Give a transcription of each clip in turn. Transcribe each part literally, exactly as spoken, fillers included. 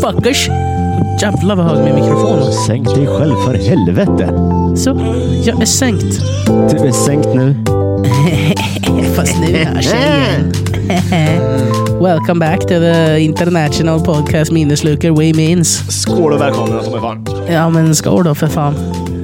motherfuckers. Jävlar vad hög min mikrofon. Sänk dig själv för helvete. Så, jag är sänkt. Du är sänkt nu. Fast nu hörs jag igen. Welcome back to the international podcast Minnesluker We Means. Skål och välkomna som är fan. Ja men skål då för fan.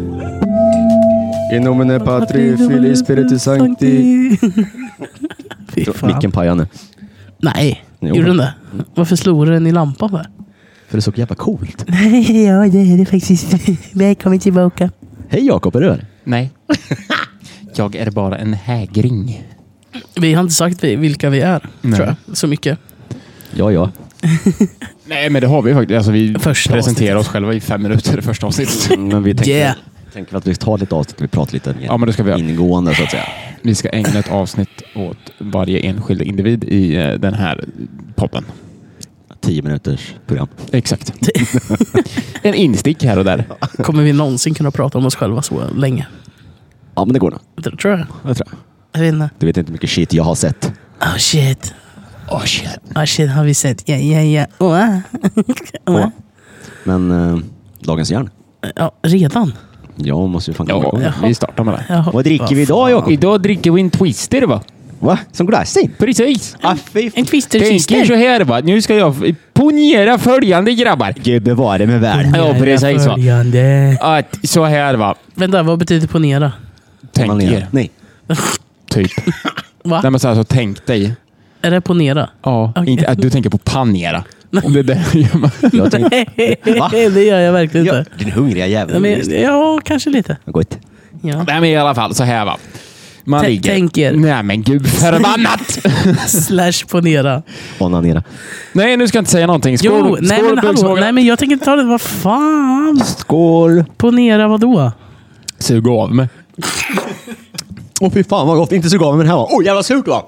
In nomine Patri, Filii, Spiritus Sancti. Fy fan. Micken pajar nu. Nej, Jo. gjorde den det? Varför slog den i lampan för? För det är så jävla coolt. Nej, ja det är det faktiskt. Välkommen tillbaka. Hej Jakob, är du här? Nej. Jag är bara en hägring. Vi har inte sagt vilka vi är, Nej. tror jag. Så mycket. Ja, ja. Nej, men det har vi faktiskt. Alltså, vi Första presenterar avsnittet. oss själva i fem minuter i första avsnittet. Men vi tänker, Yeah. tänker att vi tar lite avsnitt och vi pratar lite mer Ja, men det ska vi göra. ingående så att säga. Vi ska ägna ett avsnitt åt varje enskild individ i eh, den här podden. Tio minuters program. Exakt. En instick här och där. Kommer vi någonsin kunna prata om oss själva så länge? Ja, men det går nog. Det tror jag. Jag tror jag. Jag vet inte. Du vet inte hur mycket shit jag har sett. Oh shit. Oh shit. Oh shit har vi sett. Ja, ja, ja. Oh. Oh. Men eh, dagens järn. Ja, redan. Jag måste ju fan komma Ja, igång. Jaha. vi startar med det. Jaha. Vad dricker vi idag, fan. Jakob? Idag dricker vi en twister, va? Va? Som glassin? Precis. Ah, fy En twister Tänker så sister. här, va? Nu ska jag ponera följande, grabbar. Gud bevare mig väl. Ja, precis, va? Följande. Att så här, va? Vänta, vad betyder ponera? Tänk er. Nej. Typ. Va? Nej, men så här, så tänk dig. Är det ponera? Ja, Okej. inte, att du tänker på panera. Om det är det gör man. Jag tänkte, Va? Det gör jag verkligen ja, inte. din hungriga jävel. Ja, men, ja, kanske lite. Gott. Ja. Nej, men i alla fall så här, va. Man T- ligger. tänk er. Nej, men gud förbannat. Slash ponera. Onanera. Nej, nu ska jag inte säga någonting. Skål, Jo, nej skål, men hallå. bugsvågare. Nej men jag tänker inte ta det. Vad fan? Skål! Ponera vad då? Sug av mig. Åh oh, fy fan vad gott. Inte så gav men här var. Åh oh, jävla surt va?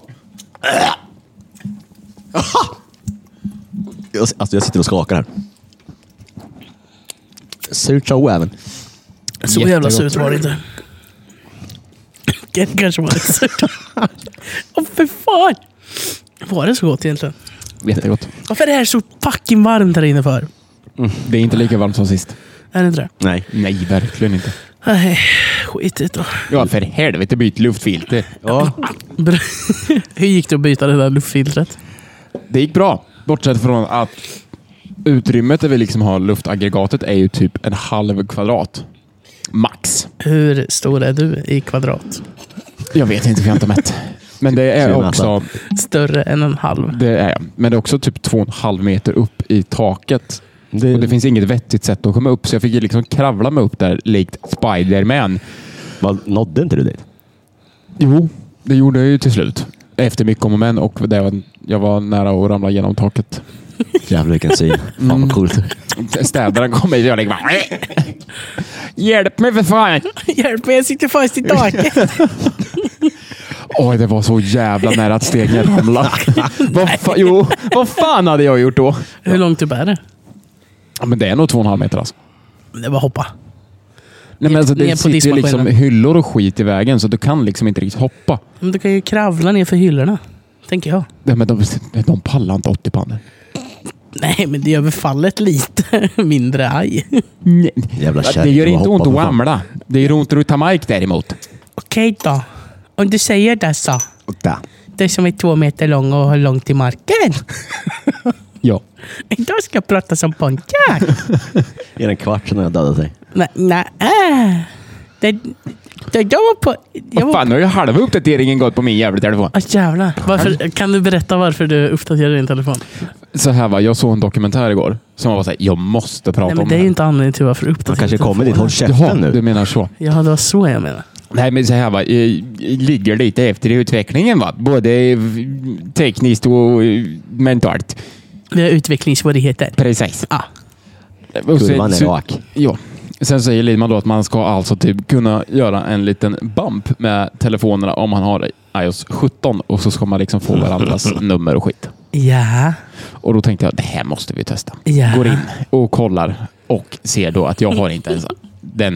Jag, alltså jag sitter och skakar här. Surt så även. Så jävla Jättegott. surt var det inte. Det kanske var lite surt. Åh för fan. Var det så gott egentligen? Jättegott. Varför är det här så fucking varmt här inne för? Det är inte lika varmt som sist. Är det inte det? Nej. Nej, verkligen inte. Nej, skitigt då. Ja, för helvete, byt luftfilter. Ja. Hur gick det att byta det där luftfiltret? Det gick bra. Bortsett från att utrymmet där vi liksom har luftaggregatet är ju typ en halv kvadrat. Max. Hur stor är du i kvadrat? Jag vet inte, för jag har inte mätt. Men det är Tjena, också... Större än en halv. Det är, men det är också typ två och en halv meter upp i taket. Det, Och det finns inget vettigt sätt att komma upp, så jag fick liksom kravla mig upp där likt Spider-Man. vad, nådde inte du dit? Jo, det gjorde jag ju till slut. Efter mycket om och men, och det var, jag var nära att ramla genom taket. Jävlar vilken syn. Fan vad coolt. Städaren kom hit och jag liksom bara... Hjälp mig för fan! Hjälp mig, jag sitter fast i taket. Oj, det var så jävla nära att stegen ramlade. vad, fa- jo, vad fan hade jag gjort då? Hur långt upp är det? Ja, men det är nog två och en halv meter alltså. Det var hoppa. Nej, men alltså, Ner det på sitter ju liksom diskmaskinen. hyllor och skit i vägen, så du kan liksom inte riktigt hoppa. Men du kan ju kravla ner för hyllorna. Tänker jag. Nej, men de, de pallar inte åttio pannor. Nej, men det gör väl fallet lite mindre aj. Nej. Jävla Det kärring gör som inte hoppar ont att på fan. ramla. Det gör ont att ruta mark däremot. Okej då. Om du säger det så. Och där. Det som är två meter lång och har långt till marken. Ja. Idag ska jag prata som Pontiac. Är det en kvart sedan jag dödade sig? Nej, nej. äh. Det, det, jag var på... Jag Vad var, fan, nu har ju halva uppdateringen gått på min jävla telefon. Åh, jävlar. Varför, kan du berätta varför du uppdaterar din telefon? Så här var, jag såg en dokumentär igår som var så här, jag måste prata Nej, men om det är ju här. inte anledningen till varför du uppdaterar Han kanske telefonen. kommer dit. Håll käften Jaha, nu. du menar så. Ja, det var så jag menar. Nej, men så här va, eh, ligger lite efter i utvecklingen va. Både eh, tekniskt och eh, mentalt. Vi har utvecklingssvårigheter. Precis. Ah. Och Kurvan är så- rak. Ja. Sen säger Lidman då att man ska alltså typ kunna göra en liten bump med telefonerna om man har i O S sjutton, och så ska man liksom få varandras nummer och skit. Ja. Och då tänkte jag, det här måste vi testa. Ja. Går in och kollar och ser då att jag har inte ens den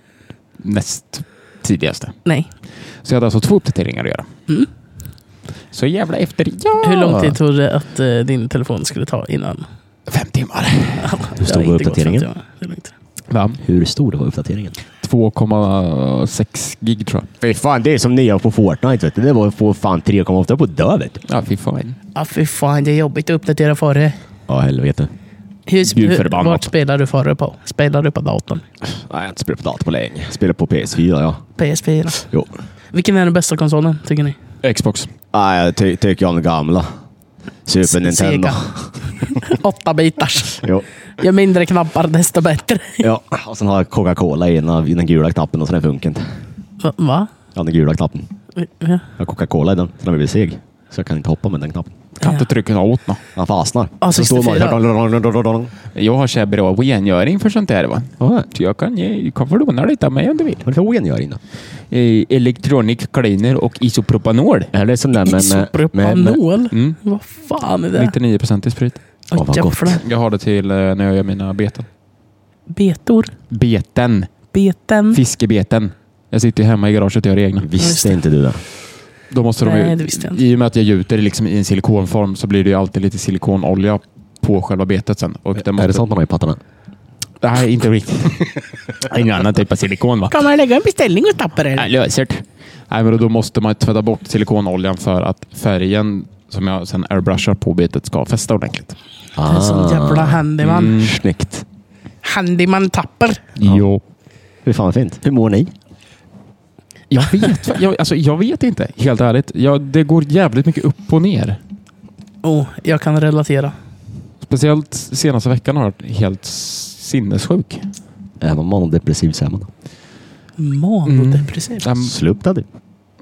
näst tidigaste. Nej. Så jag hade alltså två uppdateringar att göra. Mm. Så jävla efter. Ja! Hur lång tid tog det att eh, din telefon skulle ta innan Fem timmar. Hur stor var uppdateringen? Va? Hur stor var uppdateringen? två komma sex gig tror jag. Fy fan, det är som nya på Fortnite. Vet du. Det var att få fan tre komma åtta på dövet. Ja, fy fan. Ja, fy fan. Det är jobbigt att uppdatera Farre. Ja, helvete. Hur, Gud hur, förbannat. vart spelar du Farre på? Spelar du på datorn? Nej, jag har inte spelat på dator på länge. Spelar på P S fyra, ja. P S fyra? Jo. Vilken är den bästa konsolen, tycker ni? Xbox. Nej, jag ty- tycker jag om den gamla. Super Nintendo. Sega. Åtta bitars. Jo. Ju mindre knappar, desto bättre. Ja, och sen har jag Coca-Cola i ena, i den gula knappen och så den funkar inte. Va? Va? Ja, den gula knappen. Ja. Jag har Coca-Cola i den, så den blir seg. Så jag kan inte hoppa med den knappen. Kan inte trycka åt nå. Han fastnar. Ja, Så står man... Jag har så bra rengöring för sånt där va. Vad Så jag kan, jag kan få låna lite av mig om du vill. är det för rengöring då? Eh, Electronic cleaner och isopropanol. Är det sån där med... med, med, med Isopropanol? Mm. Vad fan är det? nittionio procent i sprit. Åh, vad gott. jävlar. Jag har det till eh, när jag gör mina beten. Betor? Beten. Beten? Fiskebeten. Jag sitter ju hemma i garaget och gör egna. Visste inte du det? Då måste Nej, de ju, det visste jag inte. i och med att jag gjuter det liksom i en silikonform så blir det ju alltid lite silikonolja på själva betet sen. Och det måste... Är det sånt man har i pattarna? Nej, inte riktigt. Ingen annan typ av silikon va? Kan man lägga en beställning och tappa det? Nej, lösert. Nej, men då måste man tvätta bort silikonoljan för att färgen som jag sen airbrushar på betet ska fästa ordentligt. Det är en sån jävla handyman. Mm. Snyggt. Handyman tapper. Jo. Hur fan fint. Hur mår ni? Jag vet, jag, alltså, jag vet inte, helt ärligt. Jag, det går jävligt mycket upp och ner. Oh, jag kan relatera. Speciellt senaste veckan har jag varit helt sinnessjuk. Är man manodepressiv så är man. Manodepressiv. Mm. Slupta du.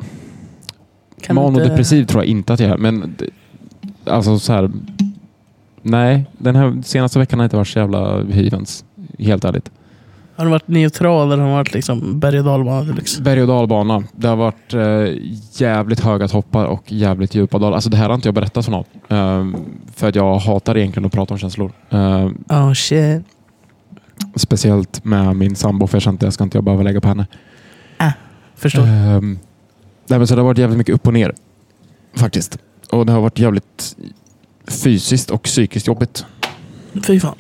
Kan du Manodepressiv inte- tror jag inte att jag är, men det- alltså så här. Nej, den här senaste veckan har inte varit så jävla hyvens. Helt ärligt. Har det varit neutral eller har det varit liksom berg- och dalbana? Liksom? Berg- och dalbana. Det har varit eh, jävligt höga toppar och jävligt djupa dalar. Alltså det här har inte jag berättat för någon. Eh, för att jag hatar egentligen att prata om känslor. Eh, Oh shit. speciellt med min sambo, för jag känner att jag ska inte jag behöva lägga på henne. Äh, förstår. Eh, nej, men så det har varit jävligt mycket upp och ner. Faktiskt. Och det har varit jävligt fysiskt och psykiskt jobbigt. Fy fan.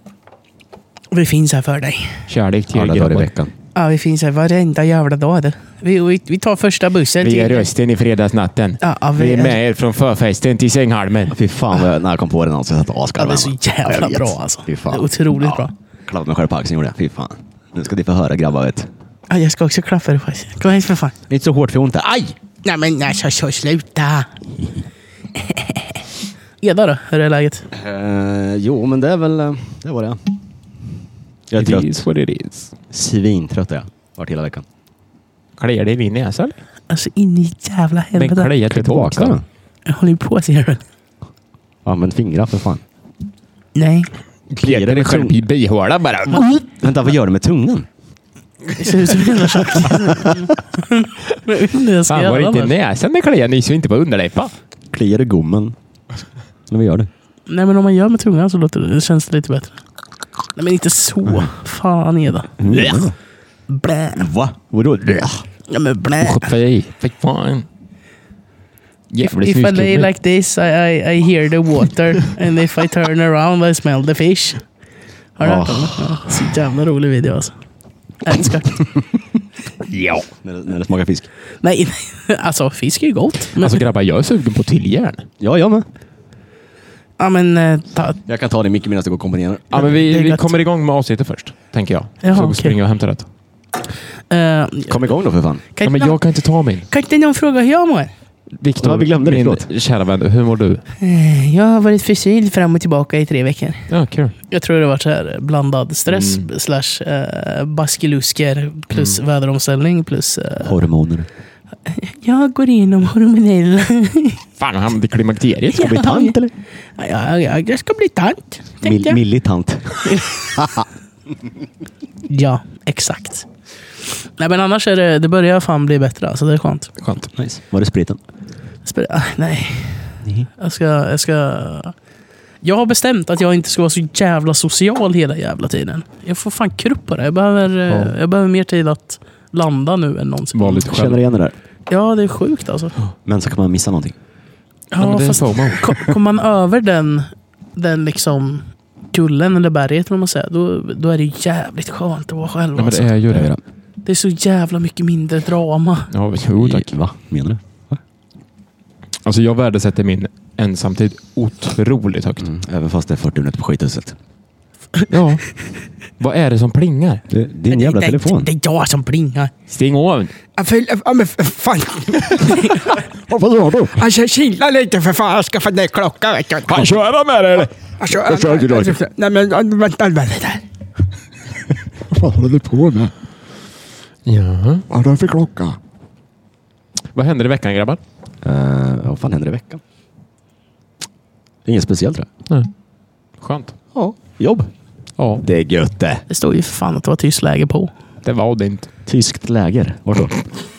Vi finns här för dig. Kärlek till er Alla dagar i grabbar. veckan. Ja, vi finns här varenda jävla dag. det. Vi, vi, vi tar första bussen Vi är till... rösten i fredagsnatten. Ja, ja, Vi är med er från förfesten till sänghalmen. Fy fan vad jag, när jag kom på den alltså. Jag satt och Ja, asgarvade. det är så jävla Ja, jag vet. bra alltså. Fy fan. Det är otroligt Ja. bra. Klappade mig själv på axeln gjorde jag. Fy fan. Nu ska ni få höra grabbar vet. Ja, jag ska också klappa dig faktiskt. Kom hit för fan. Det är inte så hårt för ont. Aj! Nej men alltså, så sluta. Eda då, hur är läget? Uh, jo, men det är väl... Uh, det var det. Jag är It trött. is what it is. Svintrött är jag. Vart hela veckan. Kliar det i min näsa eller? Alltså in i jävla Men helvete. kliar tillbaka. Tillbaka. Jag håller ju på att se det. Ja, men fingrar för fan. Nej. Kliar det dig själv i bihålan bara. Vänta, vad gör du med tungan? Det ser ut som en jävla tjock. Men jag vet inte hur jag ska Fan, var det göra inte annars. näsan det kliar ni så inte på underläppa? Kliar du gommen? Eller vad gör du? Nej men om man gör med tungan så låter det, det känns lite bättre. Nej men inte så. Fan Eda. Mm. Blä. Va? Vadå? Ja men blä. Fy fy fan. If, Jävligt if I lay snuskig. like this I, I, I hear the water and if I turn around I smell the fish. Har du hört om det? Ja, så jävla rolig video alltså. Älskar. Ja. När, det- när det smakar fisk. Nej, nej, alltså fisk är ju gott. Men, Alltså grabbar, jag är sugen på tillhjärn. Ja, jag med. ja men eh, ta, Jag kan ta det mycket medan det går att kombinera. Ja, men Det vi, är vi gött. kommer igång med avsnittet först, tänker jag. Jaha, så okej. springer jag och hämtar det. eh, Kom igång då för fan. kan, Ja, men inte någon, jag kan inte ta min. kan inte någon fråga hur jag mår? Viktor, Ja, vi glömde det, min förlåt. kära vän, hur mår du? Eh, jag har varit förkyld fram och tillbaka i tre veckor. Ja, kul. Jag tror det har varit så här blandad stress Mm. slash eh, baskilusker plus väderomställning plus... Eh, Hormoner. jag går igenom hormonell... Fan, han hamnade i klimakteriet. Ska bli tant eller? ja, ja, jag ska bli tant. tänkte Mil- jag. Millitant. Ja, exakt. Nej men annars är det, det börjar fan bli bättre. Alltså det är skönt. Skönt. Nice. Var det spriten? Spel, ah, nej. Nej. Jag ska, jag ska... Jag har bestämt att jag inte ska vara så jävla social hela jävla tiden. Jag får fan krupp på det. Jag behöver, eh, Ja. jag behöver mer tid att landa nu än någonsin. Var lite Jag känner själv. igen det där. Ja, det är sjukt alltså. Men så kan man missa någonting. Ja, men Ja, det är fast FOMO. kom- kommer man över den, den liksom kullen eller berget, om man säger, då, då är det jävligt skönt att vara själv. Ja, men alltså. det är ju det. Det är så jävla mycket mindre drama. Ja, jo, tack. Va? Menar du? Va? Alltså jag värdesätter min ensamtid otroligt högt. Mm, även fast det är fyrtio minuter på skithuset. Ja. Vad är det som plingar? Det, din jävla det, telefon. Det, det är jag som plingar. Stäng av. Ja, för, ja, men fan. Vad drar du? Alltså, chilla lite för fan. Jag ska få ner klockan. Vet du. Kan köra med det eller? Alltså, Jag kör inte idag. nej, men vänta, vänta. Vad håller du på med? Ja. Vad är det för klocka? Vad händer i veckan, grabbar? Uh, vad fan händer i veckan? Det är inget speciellt, tror jag. Nej. Skönt. Ja, jobb. Ja, Det är gött det. Det står ju för fan att det var tyst läge på. det var det inte. Tyskt läger. Vart då?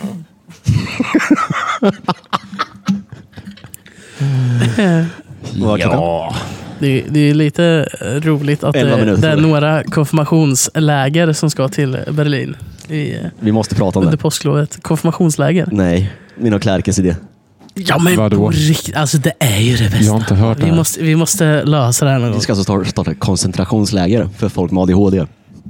Vad kan Ja. Det, det är lite roligt att elva det, minuter, det är tror jag. några konfirmationsläger som ska till Berlin i, Vi måste prata om under det. påsklovet. Konfirmationsläger. Nej, min och Klärkes idé. Ja, men Vadå? på riktigt, alltså det är ju det bästa. Jag har inte hört det vi, här. måste, vi måste lösa det här någon gång. Vi ska alltså starta, starta ett koncentrationsläger för folk med A D H D.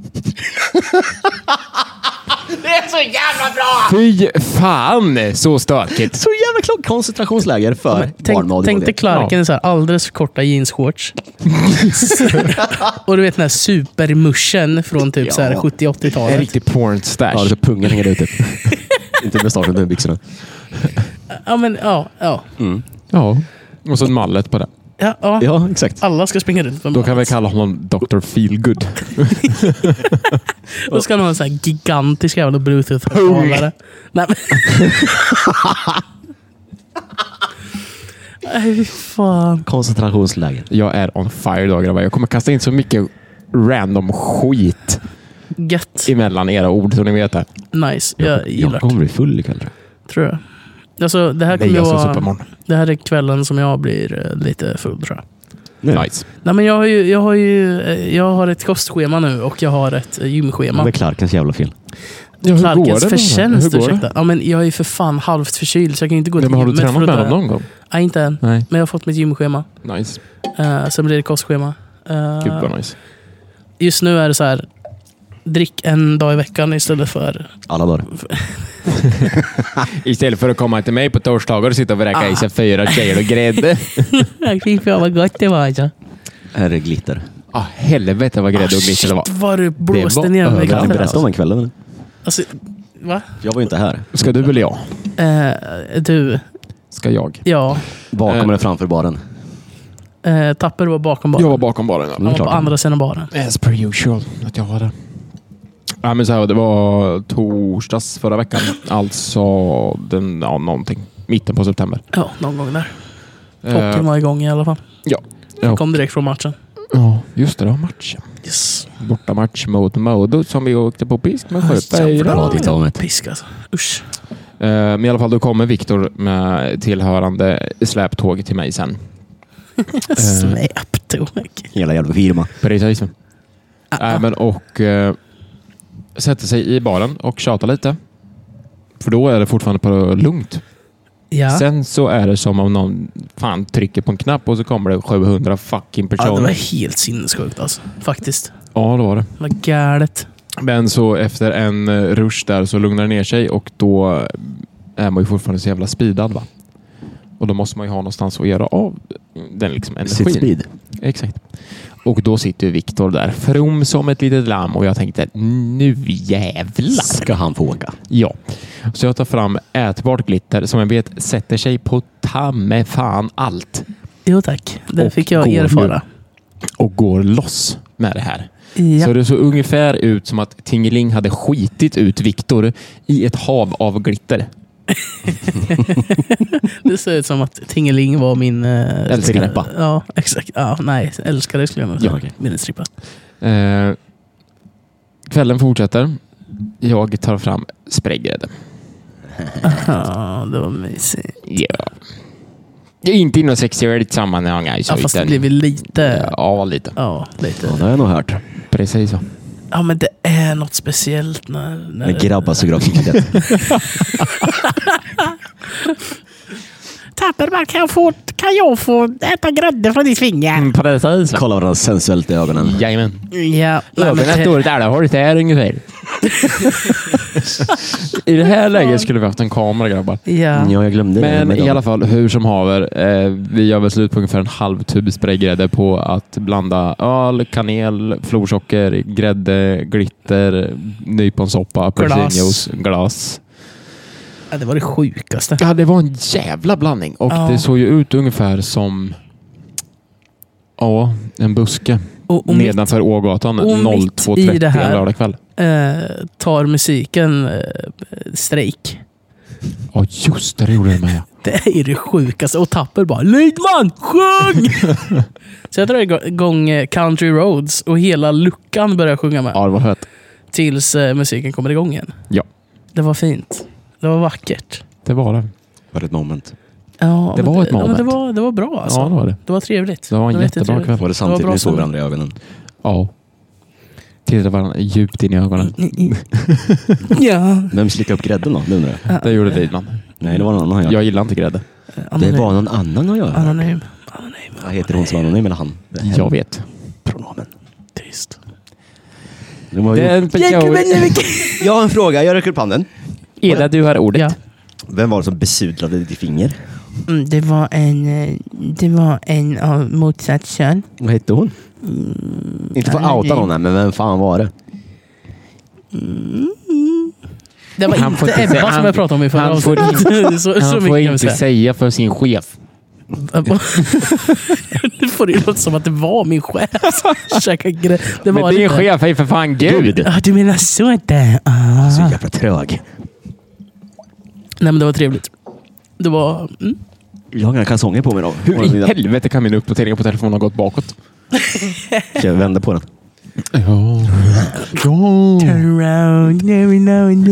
Fy fan, så stökigt. Så jävla klart. Koncentrationsläger för Men tänk, barn med A D H tänk D. dig Clarken i så här alldeles för korta jeansshorts. Och du vet den här supermuschen från typ så här Ja. sjuttio En åttio-talet. riktig porn Ja, stash. så pungen hänger ute. Inte med starten med byxorna. Ja, men ja, ja. Mm. Ja. Och så en mallet på det. ja, ja. Ja, exakt. Alla ska springa runt med Då kan vi mat. kalla honom doktor Feelgood. Då ska han ha en sån här gigantisk jävla bluetooth-högtalare. Nej, men... Nej, fy fan. Koncentrationsläger. Jag är on fire idag, grabbar. Jag kommer kasta in så mycket random skit Gött. emellan era ord, så ni vet det. Nice. Jag gillar Jag det. kommer bli full ikväll, tror jag. Tror jag. Alltså, det här Nej, kommer jag ju ska vara... supa imorgon. Det här är kvällen som jag blir eh, lite full, tror jag. Nej. Nice. Nej, men jag har ju, jag har ju eh, jag har ett kostschema nu och jag har ett eh, gymschema. Det är Clarkens jävla fel. Ja, hur går Clarkens det då? förtjänst, Hur går det? ursäkta. Ja, men jag är ju för fan halvt förkyld så jag kan inte gå Ja, till men har du gymmet tränat för att med börja. honom någon gång? Nej, inte än. Nej. Men jag har fått mitt gymschema. Nice. Uh, sen blir det kostschema. Uh, Gud vad nice. Just nu är det så här. Drick en dag i veckan istället för... Alla dagar. Istället för att komma till mig på torsdagar och sitta och vräka i sig fyra tjejer och grädde. Fy fan vad gott det var alltså. Här är glitter. Ah, helvete vad grädde och glitter det var. Shit vad du blåste Det var ner mig. överallt. Kan ni berätta om den kvällen? Eller? Alltså, va? Jag var ju inte här. Ska du eller jag? Uh, du, Ska jag? ja. Bakom Eh. eller framför baren? Uh, Tapper var bakom baren. Jag var bakom baren. Han var på klart. andra sidan baren. As per usual att jag var det. Ja, men så här, det var torsdags förra veckan. Alltså den, ja, någonting. Mitten på september. Ja, någon gång där. Eh, Hockeyn var igång i alla fall. ja. Jag Ja. kom direkt från matchen. Ja, just det. Det var matchen. Yes. Borta match mot Modo som vi åkte på pisk med sju Ja, fyra. det var ett. Pisk alltså. Usch. Eh, Men i alla fall då kommer Viktor med tillhörande släptåg till mig sen. Släptåg. Hela jävla firma. Precis. Ah, Även och eh, sätter sig i baren och tjatar lite. För då är det fortfarande på lugnt. Ja. Sen så är det som om någon fan trycker på en knapp och så kommer det sjuhundra fucking Ja, personer. det var helt sinnessjukt alltså. Faktiskt. Ja, det var det. Det var galet. Men så efter en eh, rush där så lugnar det ner sig och då är man ju fortfarande så jävla speedad, va? Och då måste man ju ha någonstans att göra av den liksom energin. Sitt speed. Exakt. Och då sitter ju Viktor där from som ett litet lamm och jag tänkte nu jävlar. Ska han få åka? Ja. Så jag tar fram ätbart glitter som jag vet sätter sig på ta med fan allt. Jo tack. Det Och fick jag går erfara. Och går loss med det här. Ja. Så det såg ungefär ut som att Tingeling hade skitit ut Viktor i ett hav av glitter. Det ser ut som att Tingeling var min... Äh, Älskare. Ja, exakt. Ja, nej, älskare skulle jag nog säga. Ja, okej. Min strippa. Eh, kvällen fortsätter. Jag tar fram spraygrädde. Ja, det var mysigt. Ja. Det är inte i något sexuellt sammanhang. Alltså, Ja, fast det utan- blev väl lite... Ja, lite. Ja, lite. Ja, det har jag nog hört. Precis så. Ja, men det är något speciellt när... när När grabbar suger av glitter. Ta Tapper, kan jag få, kan jag få äta grädde från ditt finger? Mm, precis. Kolla varandra sensuellt i ögonen. Jajamän. Ja, Ögonen står ett alla har det här ungefär. I det här läget skulle vi haft en kamera, grabbar. Ja. Ja, jag glömde det. Men med i dem. alla fall, hur som haver, eh, vi gör väl slut på ungefär en halv tub spraygrädde på att blanda öl, kanel, florsocker, grädde, glitter, nyponsoppa, apelsinjuice, glas. Ja, det var det sjukaste. Ja, det var en jävla blandning. Och Ja. det såg ju ut ungefär som ja, en buske Och, och nedanför Ågatan och noll två trettio mitt i det här- en lördag kväll. eh, tar musiken eh, strejk. Ja, just det, det gjorde det med. Det är det sjukaste. Och Tapper bara, Lidman, sjung! Så jag drar igång eh, Country Roads och hela luckan börjar sjunga med. Ja, det var fett. Tills eh, musiken kommer igång igen. Ja. Det var fint. Det var vackert. Det var det. Var det ett moment? Ja, Det men var ett ja, men moment. det, var, det var bra alltså. Ja, det var det. Det var trevligt. Det var en jättebra jättetrevligt. kväll. Var det samtidigt bra ni såg stämning. varandra i ögonen? Ja. Tittade varandra djupt in i ögonen. Ja. Vem slickade upp grädden då? Det undrar jag. Det gjorde Lidman. Nej, det var någon annan. Jag. Jag gillar inte grädde. Det Anonym. var någon annan att göra. Anonym. Anonym. Vad heter hon som var anonym eller han? Jag vet. Pronomen. Tyst. De har gjort... Jag har en fråga. Jag räcker upp handen. Eda, du har ordet. Ja. Vem var det som besudlade ditt finger? Mm, det var en eh, det var en av motsatt kön. Vad hette hon? Inte för att outa någon här, men vem fan var det? Det var Han får inte inte säga- Ebba som han- jag pratade om i förra han får avsnittet. så, så Han mycket får kan vi inte säga. säga för sin chef. Nu får det ju låta som att det var min chef som käkade grä- Det Men var din inte. chef är ju för fan Gud. Ah, du menar så inte? Ah. Så jävla trög. Nej, men det var trevligt. Det var... Mm. Jag har inga kalsonger på mig då. Hur i helvete kan min uppdatering på telefonen ha gått bakåt? Ska jag vända på den? Ja. Ja. Turn around every now and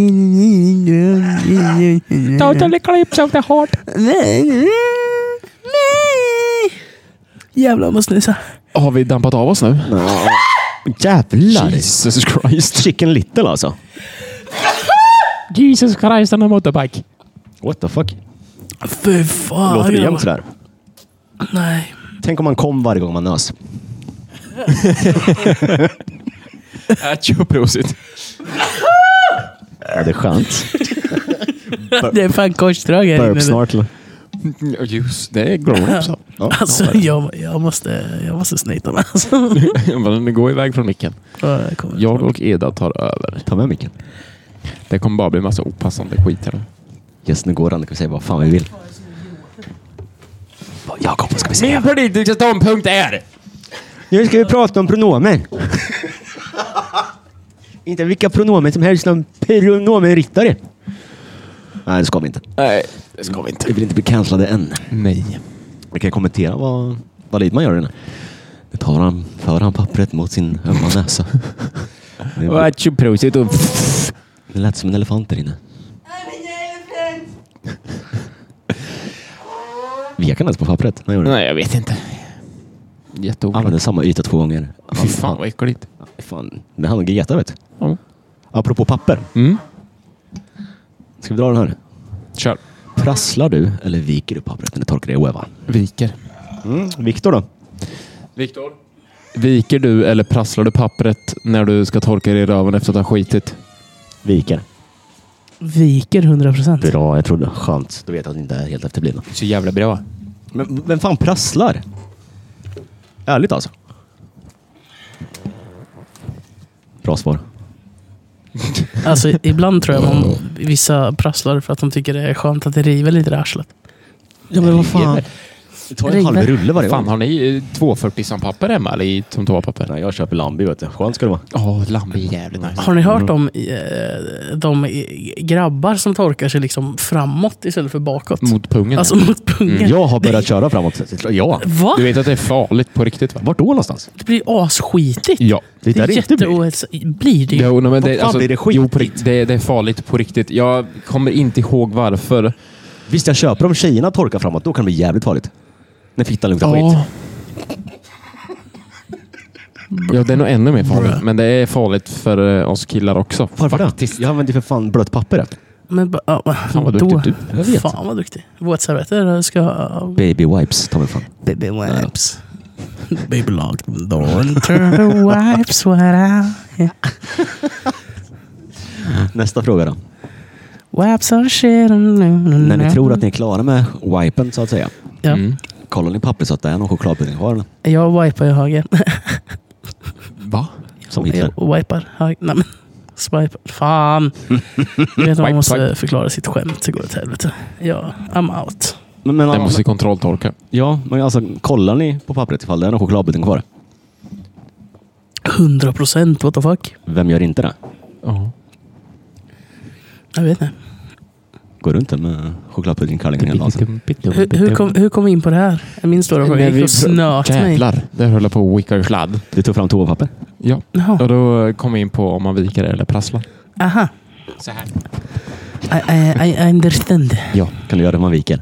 then. Totally clips of the heart. Nej, nej, nej. Jävlar, jag måste snusa. Har vi dampat av oss nu? Ja. Jävlar. Jesus Christ. Chicken Little alltså. Jesus Christ on a motorbike. What the fuck? Fy fan. Låter det jag- jämt sådär? Nej. Tänk om man kom varje gång man nös. Ätjo, prosit. Ja, det är skönt. Det är fan korsdrag här Burp inne. snart. eller? Just det, är grown-ups. Ja. Alltså, jag, jag måste, jag måste snita mig. Alltså. Men gå iväg från micken. Jag kommer Jag snart. och Eda tar över. Ta med micken. Det kommer bara bli massa opassande skit här. Just nu går han. Kan vi säga vad fan vi vill. Jakob, vad ska vi säga? Min politiska ståndpunkt är... Nu ska vi prata om pronomen. Inte vilka pronomen som helst, någon pronomenryttare. Nej, det ska vi inte. Nej, det ska vi inte. Vi vill inte bli cancellade än. Nej. Vi kan kommentera vad, vad Lidman gör nu. Nu tar han, för han pappret mot sin ömma näsa. Det, Och ätjo, prosit och... det lät som en elefant där inne. Vek han ens på pappret? Han gjorde det. Nej, jag vet inte. Jätteoklart. Använde samma yta två gånger. Fy fan vad äckligt. Fan, det är han och Greta vet du. Ja. Apropå papper. Mm. Ska vi dra den här? Kör. Prasslar du eller viker du pappret när du torkar det i Oeva? Viker. Mm. Viktor då? Viktor. Viker du eller prasslar du pappret när du ska torka dig i röven efter att ha skitit? Viker. Viker hundra procent. Bra, jag trodde. Skönt. Då vet jag att det inte är helt efterblivna. Så jävla bra. Men vem fan prasslar? Ärligt alltså. Bra svar. Alltså, ibland tror jag man, vissa prasslar för att de tycker det är skönt att det river lite i arslet. Ja men vad fan. Det tar en halv rulle varje Fan, gång. har ni eh, tvåhundrafyrtio som papper hemma eller i som toapapper? Nej, jag köper Lambi vet du. Skönt ska det vara. Ja, oh, Lambi är jävligt nice. Har ni hört om eh, de i- grabbar som torkar sig liksom framåt istället för bakåt? Mot pungen. Alltså mot pungen. Mm, jag har börjat köra framåt. Ja. Va? Du vet att det är farligt på riktigt va? Vart då någonstans? Det blir asskitigt. Ja. Det Det är där det inte blir. jätteohälsosamt. Blir det ju. Jo, men det, fan blir det jo, på skitigt? rikt- det, det är farligt på riktigt. Jag kommer inte ihåg varför. Visst jag köper om tjejerna torkar framåt, då kan det bli jävligt farligt. När fittan luktar skit. Ja, det är nog ännu mer farligt. Men det är farligt för eh, oss killar också. Varför det? Faktiskt. Jag använder för fan blött papper. Men ba, ah, Fan vad då, duktig du. Jag vet. Fan vad duktig. Våtservetter ska ha... Baby wipes tar vi fram. Baby wipes. Baby lock the door and turn the wipes right out. Yeah. Nästa fråga då. Wipes are shit. När ni tror att ni är klara med wipen så att säga. Ja. Mm. Kollar ni pappret så att det är någon chokladpudding kvar? Eller? Jag wipar i höger. Va? Som Hitler. Jag wipar höger. Nej men. Swipe. Fan. Jag vet att man måste Wipe, förklara sitt skämt. Det går åt helvete. Ja, I'm out. Men, men, Den måste kontrolltorka. Ja, men alltså kollar ni på pappret ifall det är någon chokladpudding kvar? hundra procent, what the fuck? Vem gör inte det? Ja. Jag vet inte. Går runt där med chokladpuddingkallingen hela dagen. Hur, hur, kom, hur kom vi in på det här? Jag minns stora fråga. Jag gick och snöt mig. Jävlar, det höll jag på att wicka ur sladd. Du tog fram toapapper? Ja, Jaha. och då kom vi in på om man viker eller prasslar. Aha. Så här. I, I, I understand. Ja. Kan du göra det om man viker?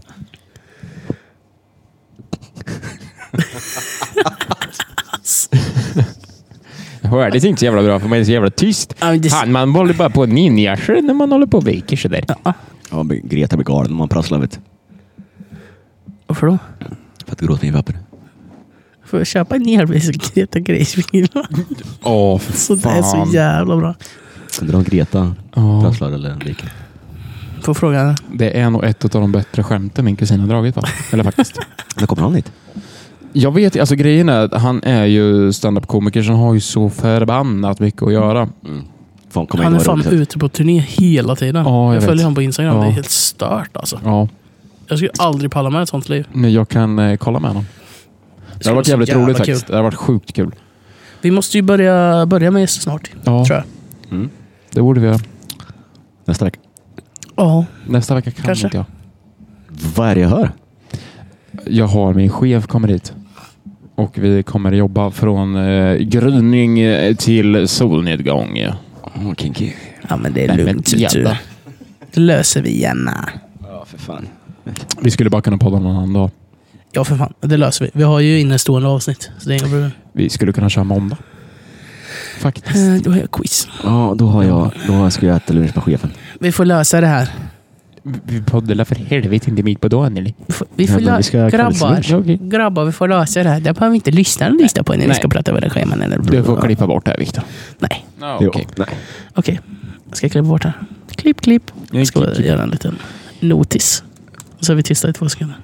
Jag hördes inte så jävla bra för man är så jävla tyst. Ja, det- Fan, man håller bara på ninjascher när man håller på och viker sig där. Ja. Ja, men Greta blir galen om man prasslar vet. Varför då? För att det går åt min papper. Får jag köpa en Greta Greta grejsbil? Åh, för Så det är så fan. jävla bra. Undrar om Greta Ja. prasslar eller viker. Får fråga. Det är nog ett av de bättre skämten min kusin har dragit va? Eller faktiskt. När kommer han hit? Jag vet, alltså grejen är att han är ju stand-up-komiker så han har ju så förbannat mycket att göra. Mm. Fan, kommer Han är in fan och roligt. ute på turné hela tiden. Ja, jag jag vet. följer honom på Instagram. Ja. Det är helt stört alltså. Ja, Jag skulle aldrig palla med ett sånt liv. men jag kan eh, kolla med honom. Det har varit så jävligt jävla roligt kul. faktiskt. Det har varit sjukt kul. Vi måste ju börja, börja med gäster snart. Ja, Tror jag. Mm. det borde vi göra. Nästa vecka. Ja. Nästa vecka kan Kanske. inte jag. Vad är det jag hör? Jag har min chef kommer hit. Och vi kommer jobba från eh, gryning eh, till solnedgång. Oh, kinky. Ja men det är Nej, men lugnt. vet du. jävlar. Det löser vi gärna. Ja, för fan. Vi skulle bara kunna podda någon annan dag. Ja för fan, det löser vi. Vi har ju innestående avsnitt. Så det är inga problem. Vi skulle kunna köra måndag. Faktiskt. Eh, Då har jag quiz. Ja, då har jag, då ska jag äta lunch med chefen. Vi får lösa det här. Vi poddar för helvete inte mitt på dagen eller? Vi får, vi får Ja, men vi ska lö- grabbar, kvällslunch, okej. grabbar, vi får lösa det här. Det behöver vi inte lyssna och lyssna på när vi Nej. ska prata över scheman. Eller Du får klippa bort det här Viktor. Nej, Ja, Jo, okej. nej. okej. Jag ska klippa bort det här. Klipp, klipp. Jag ska Klipp, klipp. göra en liten notis. Och så är vi tysta i två sekunder.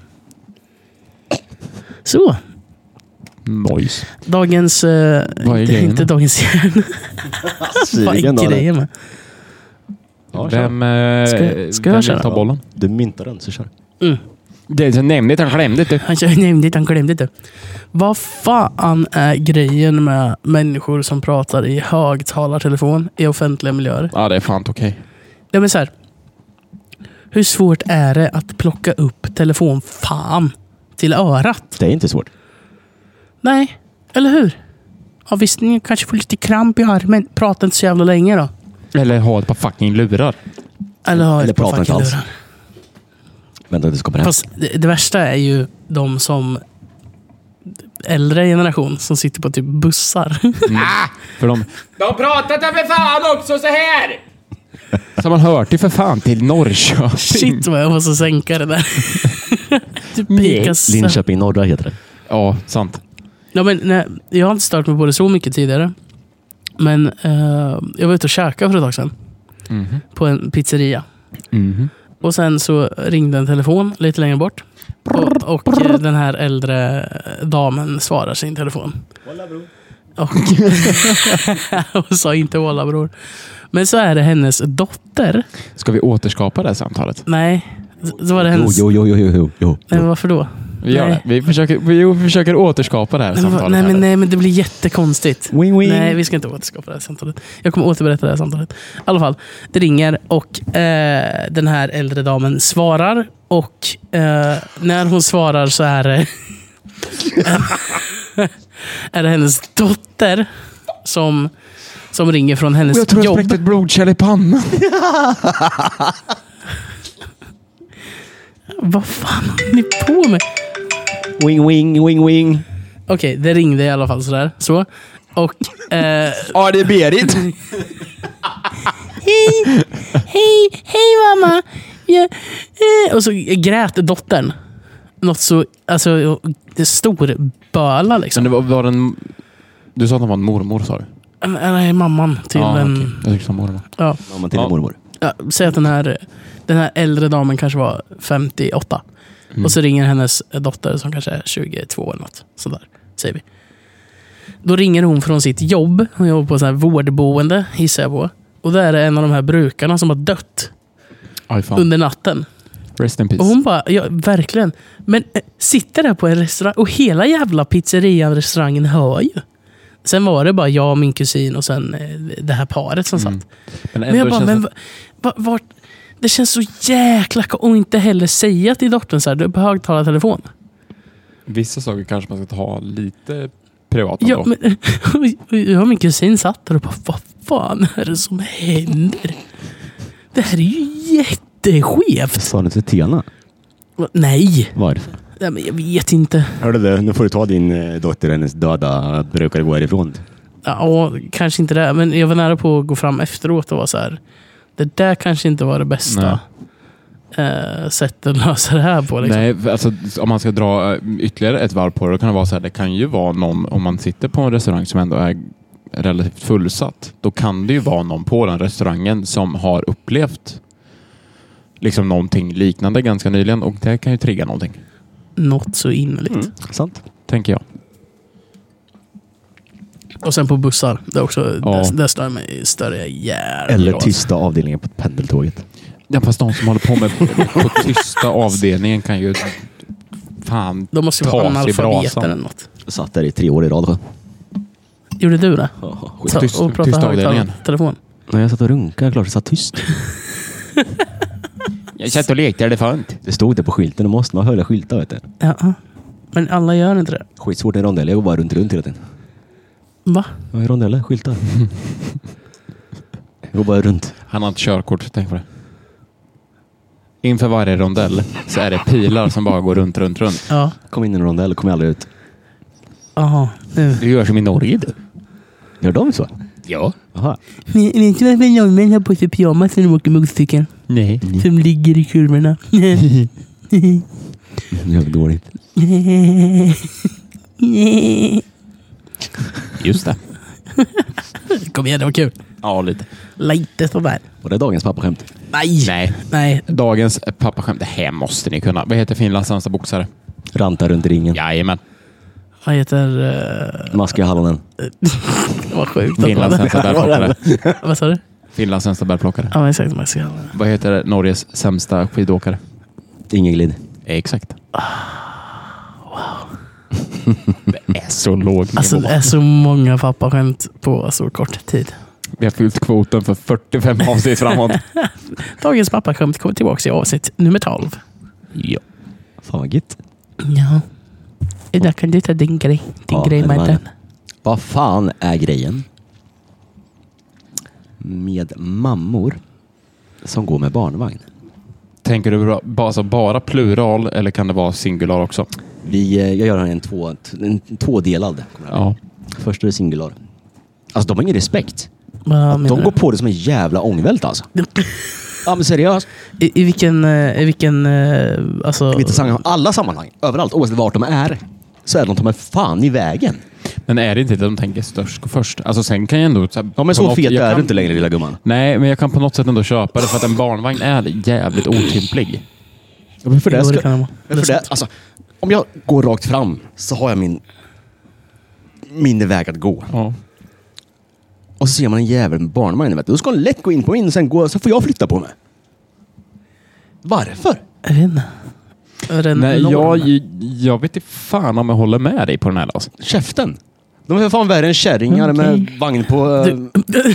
Så. Noise. Dagens... Uh, Vad är inte, grejen inte då? dagens hjärna. Vad är Sugen då, eller? grejen med? Ja, kör. Vem, eh, Ska- ska vem jag vill köra? ta bollen? Du myntar den, så kör. Mm. Det är så nämligt, han glömde det. Han kör- nämnde det, han glömde det. Vad fan är grejen med människor som pratar i högtalartelefon i offentliga miljöer? Ja, det är fan okej. Ja, men så här. Hur svårt är det att plocka upp telefon fan till örat? Det är inte svårt. Nej, eller hur? Ja, visst, ni kanske får lite kramp i armen. Prata inte så jävla länge då. Eller ha ett par fucking lurar. Eller ha Eller ett par prata inte fucking alls. lurar. Vänta, det ska på det här. Fast det, det värsta är ju de som äldre generation som sitter på typ bussar. För de... De pratar för fan också så här! Så man hört det för fan till Norrköping. Shit vad jag måste sänka det där. typ pikas. Linköping norra heter det. Ja, sant. Ja, men, nej, jag har inte stört mig på det så mycket tidigare. Men eh, jag var ute och käkade för ett tag sedan. Mhm. På en pizzeria. Mhm. Och sen så ringde en telefon lite längre bort. Och, och eh, den här äldre damen svarar sin telefon. Och, och sa inte Walla bror. Men så är det hennes dotter. Ska vi återskapa det här samtalet? Nej, så var det Jo, hennes... jo, jo, jo, jo, jo. Nej, men varför då? Vi gör Nej. det. Vi försöker, vi, vi försöker återskapa det här Nej, men, samtalet. nej, men, här. nej, men det blir jättekonstigt. Wing, wing. Nej, vi ska inte återskapa det här samtalet. Jag kommer återberätta det här samtalet. I alla fall, det ringer och eh, den här äldre damen svarar. Och eh, när hon svarar så är det, är det hennes dotter som, som ringer från hennes Jag tror jag jobb. spräckte ett blodkärl i pannan. Vad fan håller ni på med? Wing, wing, wing, wing. Okej, det ringde i alla fall sådär. Så. Och... Eh, Ja, det är Berit. hej, hej mamma. Ja, eh. Och så grät dottern. Något så, alltså, det stor böla liksom. Men det var, var en, du sa att det var en mormor, sa du? Nej, mamman till ja, en... Okay. Jag tyckte som mormor. Ja. Mamman till ja. en mormor. Ja, säg att den här, den här äldre damen kanske var femtioåtta. Mm. Och så ringer hennes dotter som kanske är tjugotvå eller något. Sådär, säger vi. Då ringer hon från sitt jobb. Hon jobbar på så här vårdboende, gissar jag på. Och där är en av de här brukarna som har dött Aj, fan. under natten. Rest in peace. Och hon bara, ja verkligen. Men äh, sitter där på en restaurang och hela jävla pizzerian-restaurangen hör ju. Sen var det bara jag och min kusin och sen eh, det här paret som Mm. satt. Men, Men jag bara, men att... va, vart, det känns så jäkla... Och inte heller säga till dottern så här, du är på högtalartelefon. Vissa saker kanske man ska ha lite privat. Ja, men, jag och min kusin satt där och bara, vad fan är det som händer? Det här är ju jätteskevt. Sa du till Tiana? Nej. Varför? Nej, men jag vet inte. Hörde du, nu får du ta din dotter, hennes döda brukar gå härifrån. Ja, kanske inte det. Men jag var nära på att gå fram efteråt och vara så här, det där kanske inte var det bästa eh, sättet att lösa det här på. Liksom. Nej, alltså, om man ska dra ytterligare ett varv på det, då kan det vara så här, det kan ju vara någon, om man sitter på en restaurang som ändå är relativt fullsatt, då kan det ju vara någon på den restaurangen som har upplevt liksom någonting liknande ganska nyligen, och det kan ju trigga någonting. Något så innerligt. Mm, sant. Tänker jag. Och sen på bussar, det är också, Ja. där, där står jag mig större jävla. Eller tysta avdelningen på pendeltåget. Ja, fast de som håller på med på tysta avdelningen kan ju fan De måste ju ta vara sig analfabeter brasan. eller något. Jag satt där i tre år i rad. Gjorde du det? Ja, Så, Tyst- och tysta pratade avdelningen. högtalartelefon. Nej, jag satt och runkade, klart jag satt tyst. Jag satt och lekte elefant. Det stod det på skylten, då måste man höra skyltar, vet du. Ja. Men alla gör inte det. Skitsvårt i rondell, jag går bara runt runt hela tiden. Va? Ja, i rondeller, skyltar. Jag går bara runt. Han har ett körkort, tänk på det. Inför varje rondell så är det pilar som bara går runt, runt, runt. Ja. Kom in i en rondell och kom aldrig ut. Jaha. Nu. Du gör som i Norge, du. Gör de så? Ja. Jaha. Vet du varför norrmän har på sig pyjamas när de åker motorcykeln? Nej. Som ligger i kurvorna. Jävligt dåligt. Just det. Kom igen, det var kul. Ja, lite. Lite sådär. Och det är dagens pappaskämt. Nej. Nej. Nej. Dagens pappaskämt, det här måste ni kunna. Vad heter Finlands sämsta boxare? Ranta runt ringen. Jajamän. Vad heter... Uh, Maska i hallonen. vad sjukt. Finlands sämsta bärplockare. Vad sa du? Finlands sämsta bärplockare. Ja, exakt. Man ska... Vad heter Norges sämsta skidåkare? Ingen glid. Exakt. Det är så låg nivå. Alltså det är så många pappaskämt på så kort tid. Vi har fyllt kvoten för fyrtiofem avsnitt framåt. Dagens pappaskämt kommer tillbaka i avsnitt nummer tolv. Ja. Fan vad gött. Ja. Idag kan du ta din grej. Din Ja, grej, eller vad är Martin. det? Vad fan är grejen med mammor som går med barnvagn? Tänker du bara, bara, bara plural eller kan det vara singular också? Vi, eh, jag gör en, två, en tvådelad. Ja. Först är det singular. Alltså de har ingen respekt. Vad Att menar de du? går på det som en jävla ångvält alltså. Ja men seriöst. I, I vilken... eh, I vilken... eh, Alltså... I vissa sammanhang, alla sammanhang, överallt, oavsett vart de är, så är de ta med fan i vägen. Men är det inte det de tänker störst och först? Alltså sen kan jag ändå... Så här, Ja men på så något- fet jag är kan- du inte längre lilla gumman. Nej, men jag kan på något sätt ändå köpa det för att en barnvagn är jävligt otymplig. Ja, men för det Jo, ska, det kan det vara. men för Det är det, sant. alltså, om jag går rakt fram så har jag min min väg att gå. Ja. Och så ser man en jävel med barnvagn, vet du. Då ska hon lätt gå in på min och sen gå, så får jag flytta på mig. Varför? Jag vet inte. Är det en Nej, norm? jag, jag vet inte fan om jag håller med dig på den här. Alltså. Käften. De är för fan värre än kärringar Okej. med vagn på... eh, Du-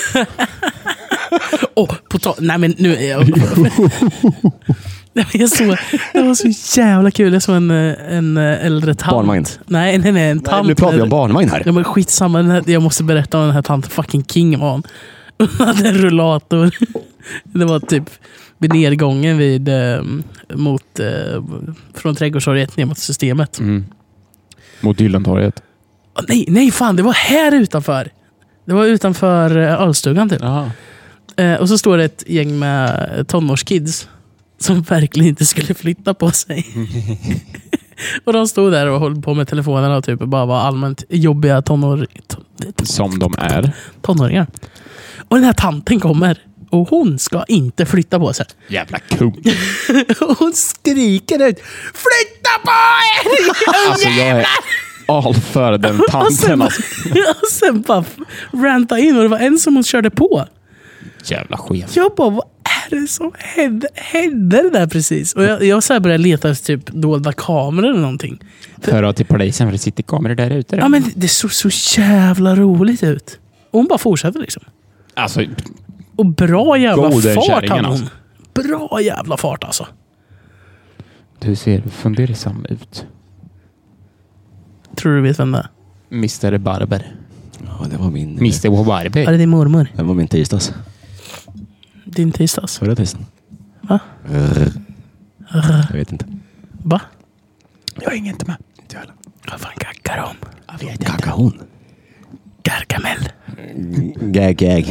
Åh, på ta- Nej men nu är jag... Nej, men jag såg, det var så jävla kul. Jag såg en, eh, en eh, äldre tant. Barnvagn. Nej, nej, nej. En Nej, tant. nu pratar vi om barnvagn här. Ja, men skitsamma. Den här, jag måste berätta om den här tanten. Fucking king var hon. Hon hade en rullator. Det var typ vid nedgången vid, eh, mot, eh, från trädgårdstorget ner mot systemet. Mm. Mot Gyllentorget. Åh, nej, nej fan. Det var här utanför. Det var utanför eh, ölstugan typ. Ja. Eh, och så står det ett gäng med tonårskids som verkligen inte skulle flytta på sig. Och de stod där och höll på med telefonerna och typ bara var allmänt jobbiga tonår... ton- Som de är. tonåringar. Och den här tanten kommer och hon ska inte flytta på sig. Jävla kung. Och hon skriker ut: flytta på er! Alltså jag är all för den Och sen, tanten. Alltså. och sen bara ranta in och det var en som hon körde på. Jävla chef. Jag bara, vad är det som hände, hände det där precis? Och jag, jag så här började leta efter typ dolda kameror eller någonting. Föra till polisen för det sitter kameror där ute. Ja, men det såg så jävla roligt ut. Och hon bara fortsätter liksom. Alltså, Och bra jävla Goden fart kärringen, hade hon. alltså. Bra jävla fart alltså. du ser fundersam ut. Tror du vet vem det är? mister Barber. Ja, det var min... mister Var Barber. det din mormor? Det var min tisdags. Din tisdags? Förra tisdagen. Va? Jag vet inte. Va? Jag hänger inte med. Inte jag heller. Vad fan gackar de? Jag vet Kaka hon. Gargamel. Gag, gag.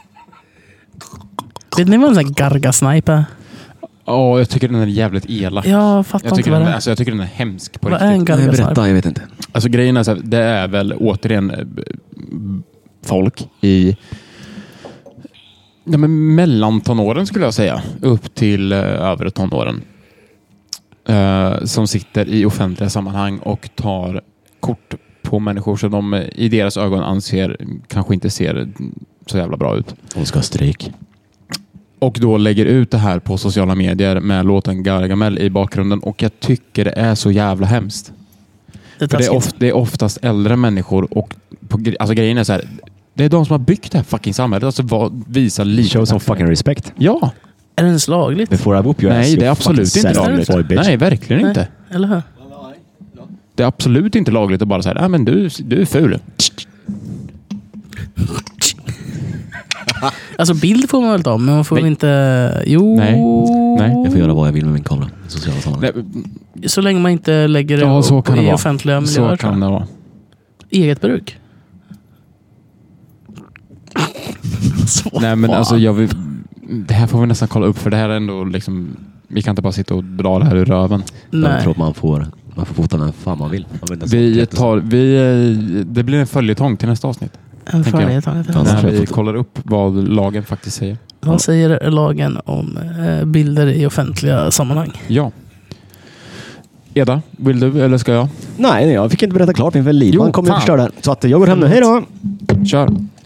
Vet ni vad en sån här gargasnipe är? Ja, jag tycker den är jävligt elak. Jag fattar Jag inte tycker, vad den, det är- är. alltså, jag tycker den är hemsk på Vad är en riktigt. Nej, gargasnipe? berätta, jag vet inte. Alltså grejen är så här, det är väl återigen eh, b- folk i ja, men mellan tonåren skulle jag säga. Upp till eh, övre tonåren. Eh, som sitter i offentliga sammanhang och tar kort på människor som de eh, i deras ögon anser kanske inte ser så jävla bra ut. Hon ska ha stryk. Och då lägger ut det här på sociala medier med låten Gargamel i bakgrunden. Och jag tycker det är så jävla hemskt. Det är För det, är taskigt. of, det är oftast äldre människor och på, gre- alltså grejen är så här, det är de som har byggt det här fucking samhället. Alltså vad, visa lite. Show some fucking respect. Ja. Är det ens lagligt? Before I whoop your ass, Nej, det är you absolut fucking inte sad lagligt. boy, bitch. Nej, verkligen Nej. inte. Eller hur? Det är absolut inte lagligt att bara säga, nej men du, du är ful. Alltså bild får man väl ta, men man får Nej. väl inte... Jo. Nej. Nej. Jag får göra vad jag vill med min kamera. i Sociala sammanhang. Nej, Så länge man inte lägger det ja, så upp kan det i vara. offentliga miljöer. Så kan det vara. Eget bruk. Så Nej men fan. alltså jag vill, det här får vi nästan kolla upp för det här är ändå liksom, vi kan inte bara sitta och dra det här ur röven. Jag Nej. tror att man får, man får fota när fan man vill. Man vill inte ens Vi ha tar, vi, eh, det blir en följetong till nästa avsnitt. En tänker jag. följetong. Ja, När tror jag vi får- kollar upp vad lagen faktiskt säger. Vad säger lagen om eh, bilder i offentliga sammanhang? Ja. Eda, vill du eller ska jag? Nej, nej, jag fick inte berätta klart inför Lidman. Jo, kommer ju fan. förstöra det. Så att jag går hem nu. Hej då! Kör.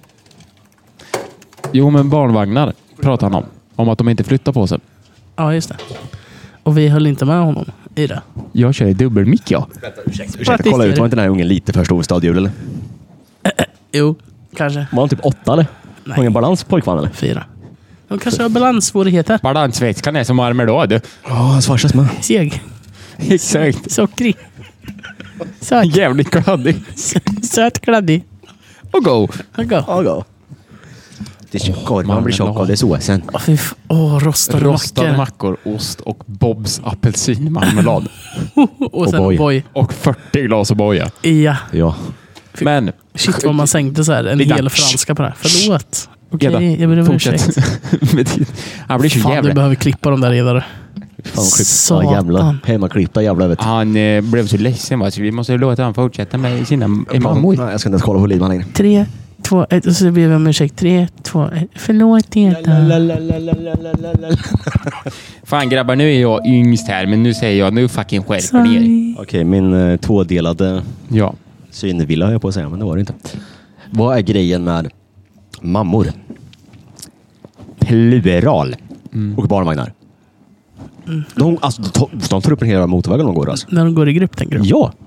Jo, men barnvagnar pratar han om. Om att de inte flyttar på sig. Ja, just det. Och vi höll inte med honom i det. Jag kör i dubbelmick, ja. Ursäkta, kolla ut. Var inte den här ungen lite för stor stadhjul eller? Jo, kanske Var han typ åtta eller? Har Nej. ingen balans pojkvagn eller? fyra. De kanske har balanssvårigheter. Balansvätskan är som marmelad. Ja, hans farsas med. Seg. Exakt. Sockrig. Söt. Jävligt kladdig. Söt, kladdig. Och go. Och gå. Ja, gå. Det är tjockare. Man blir tjock av det såsen. Åh, fy f- Åh, rostade Rostade mackor. mackor, ost och Bobs apelsinmarmelad. Och sen O'boy. boy. Och fyrtio glas O'boy. Ja. Ja. Men Shit vad man sänkte så här en Det är hel dags. franska på det här. Förlåt. Okej, Eda, jag ber om ursäkt. fortsätt. Med din- Han blir så Fan, du jävla... behöver klippa de där redare. Fan, klippta Satan. jävla. Hemmaklippta jävla vet. Han eh, blev så ledsen, va? Så vi måste låta han fortsätta med sina mammor. Nej, jag ska inte ens kolla på Lidman längre. Tre, två, ett. Och så ber vi om ursäkt. Tre, två, ett. Förlåt, Eda. Fan grabbar, nu är jag yngst här, men nu säger jag, nu fucking skärper ni er. Sorry. Okej, min eh, tvådelade Ja. synvilla har jag på att säga, men det var det inte. Vad är grejen med mammor? Plural. Mm. Och barnvagnar. De, alltså, de, de tar upp en hel motorväg om de går alltså. När de går i grupp, tänker du? Ja.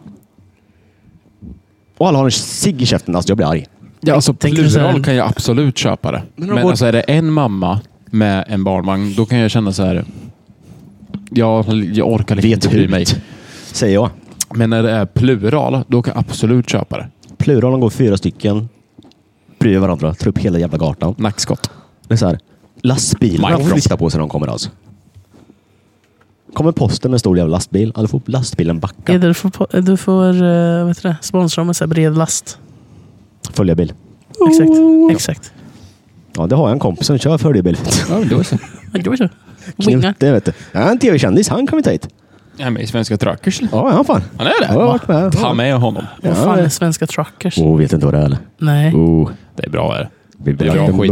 Och alla har en cigg i käften. Alltså jag blir arg. Ja, alltså Tänker du så här- plural kan jag absolut köpa det. Men Men, de går- alltså är det en mamma med en barnvagn, då kan jag känna så här. Jag, jag orkar liksom inte Vet bry mig. ut, säger jag. Men när det är plural, då kan jag absolut köpa det. Plural, de går fyra stycken bredvid varandra. Tar upp hela jävla gatan. Nackskott. Det är så här. Lastbilarna Mic drop. flyttar på sig när de kommer alltså. Kommer posten med en stor jävla lastbil. Eller får lastbilen backa. Eda, du får, på- du får uh, vet du det, sponsra med så här bred last. Följa bil. Exakt. Exakt. Ja, det har jag en kompis som kör följebil. Ja, det var så. Ja, det var så. Wingar. Knutte, vet du. Ja, en tv-kändis, han kan vi ta hit. Ja, men i Svenska Truckers. Ja, han fan. Han är det? Ja, jag har varit med. Ta med honom. Vad fan är svenska truckers? Oh, vet inte vad det är eller? Nej. Oh. Det är bra här. Vi Det är bra skit.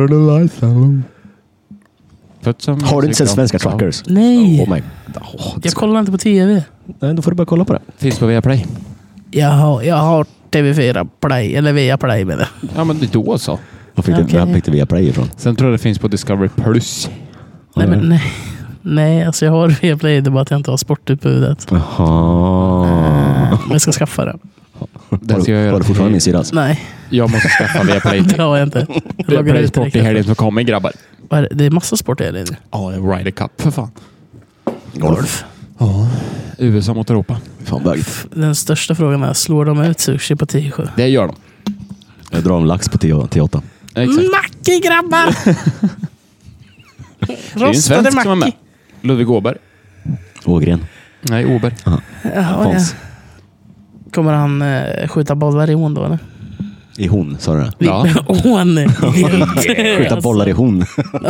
Har du inte sett svenska truckers? Nej. Oh my. Oh, Jag kollar inte på tv. Nej, då får du bara kolla på det. Finns på Viaplay. Jag har, jag har T V fyra Play, eller Via Play med det. Ja, men det då så. Var fick Okej. okay. det, fick det via Play ifrån? Sen tror jag det finns på Discovery Plus. Nej, men nej. Nej, alltså jag har Via Play, det är bara att jag inte har sportutbudet. Jaha. Men jag ska skaffa det. Det ska jag göra. Har du fortfarande min sida? Nej, Jag måste skaffa Viaplay. det har jag inte. Jag loggar Viaplay ut Sport i direkt. helgen som kommer, grabbar. Vad är det? Det är massa sport i helgen nu. Ja, det är Ryder Cup för fan. Golf. Ja. U S A mot Europa. Fan bögigt. Den största frågan är, slår de ut sushi på tio sju? Det gör de. Jag drar en lax på tio åtta. Exakt. Macki grabbar! Det är en Rostade svensk som är med. Macki. Ludvig Åberg. Ågren. Nej, Åberg. Jaha, ja. Fons. Kommer han eh, skjuta bollar i hon då eller? I hon, sa du det? Ja. Hon Skjuta bollar i hon.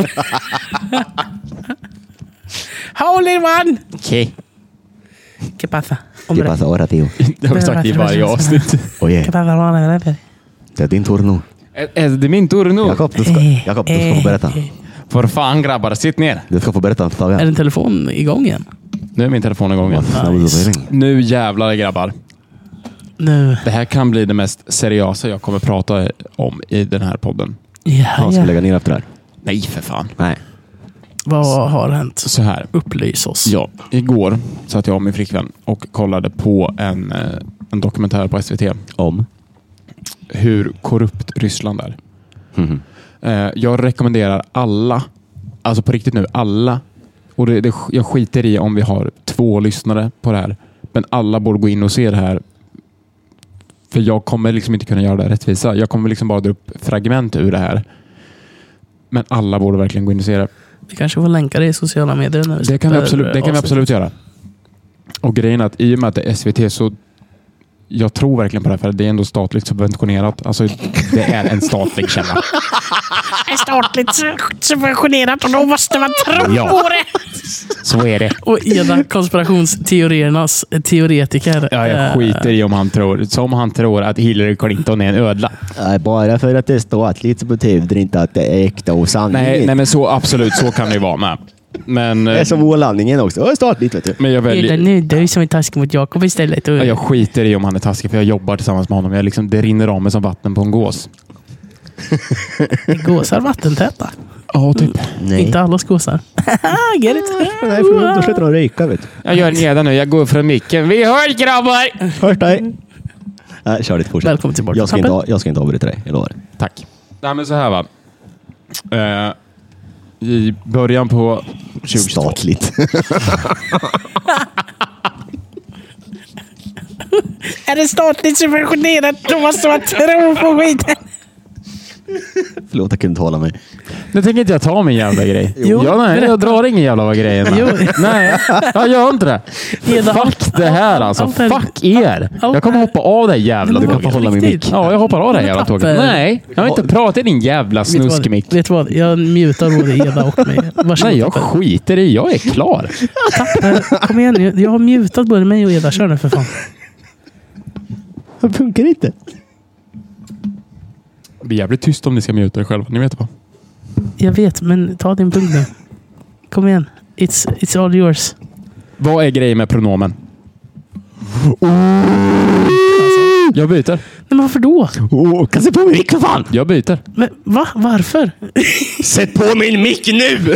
Hole in one! Okej. ¿Qué pasa? Det passar ora Theo. Det har vi sagt i varje avsnitt. Oje, ¿Qué pasa? det är din tur nu. Är, är det min tur nu? Jakob, du ska, Jakob, du ska få berätta. För fan grabbar, sitt ner. Du ska få berätta. Är Fabian. din telefon igång igen? Nu är min telefon igång igen. Nice. Nu jävlar grabbar. Nu. Det här kan bli det mest seriösa jag kommer prata om i den här podden. Ja, Han ska ja. lägga ner efter det här. Nej, för fan. Nej. Vad har hänt? Så här. Upplys oss. Ja, igår satt jag och min flickvän och kollade på en, eh, en dokumentär på S V T Om? hur korrupt Ryssland är. Mhm. Eh, jag rekommenderar alla, alltså på riktigt nu, alla, och det, det, jag skiter i om vi har två lyssnare på det här, men alla borde gå in och se det här. För jag kommer liksom inte kunna göra det rättvisa. Jag kommer liksom bara dra upp fragment ur det här. Men alla borde verkligen gå in och se det. Vi kanske får länka det i sociala medier nu. Det kan vi absolut, det kan vi absolut göra. Och grejen är att i och med att det är S V T så jag tror verkligen på det här, för det är ändå statligt subventionerat. Alltså det är en statlig källa. Det är statligt subventionerat och då måste man tro Ja. på det. Så är det. Och Eda, konspirationsteoriernas teoretiker. Ja, jag eh, skiter i om han tror, som han tror att Hillary Clinton är en ödla. Nej, bara för att det är statligt så betyder det inte att det är äkta och sanning. Nej, nej men så absolut, så kan det ju vara med. Men, Det är som ålandningen också. Det är statligt, vet du. men jag Eda, väljer... nu du som är taskig mot Jakob istället. Och, Ja, jag skiter i om han är taskig, för jag jobbar tillsammans med honom. Jag liksom, det rinner av mig som vatten på en gås. Gåsar vattentäta. Ja, typ. Nej. Inte alla gåsar. Get it? Nej, för då slutar de röka, vet du. Jag gör en Eda nu, jag går från micken. Vi hörs grabbar! Hörs dig. Nej, kör ditt fortsätt. Välkommen tillbaka. Jag ska inte, ha- jag ska inte avbryta dig, jag lovar. Tack. Nej, men så här va. Eh, I början på tjugohundratjugotvå. Statligt. Är det statligt subventionerat, då måste man tro på skiten. Förlåt, jag kunde inte hålla mig. Nu tänker inte jag ta min jävla grej. Jo, ja, nej, berätta. jag drar ingen jävla grej. Jo. Nej, jag gör inte det. Eda, Fuck det här alltså. allt är- Fuck er. allt Jag kommer är- hoppa av det här jävla Du kan tåget. få hålla min mick. Ja, jag hoppar av det här jävla tåget. Tapper. Nej, jag vill inte prata i din jävla vet du vad? snuskmick. Vet du vad? Jag mutar både Eda och mig. Varsågod, Nej, jag Tapper. skiter i. Jag är klar. Tapper, kom igen nu. Jag har mutat både mig och Eda. Kör nu för fan. Det funkar inte. Det blir jävligt tyst om ni ska mjuta er själva. Ni vet vad. Jag vet, men ta din punkt nu. Kom igen. It's, it's all yours. Vad är grejen med pronomen? Jag byter. Nej, men varför då? Åh, kan se på min mick för fan! Jag byter. Men va? Varför? Sätt på min mick nu!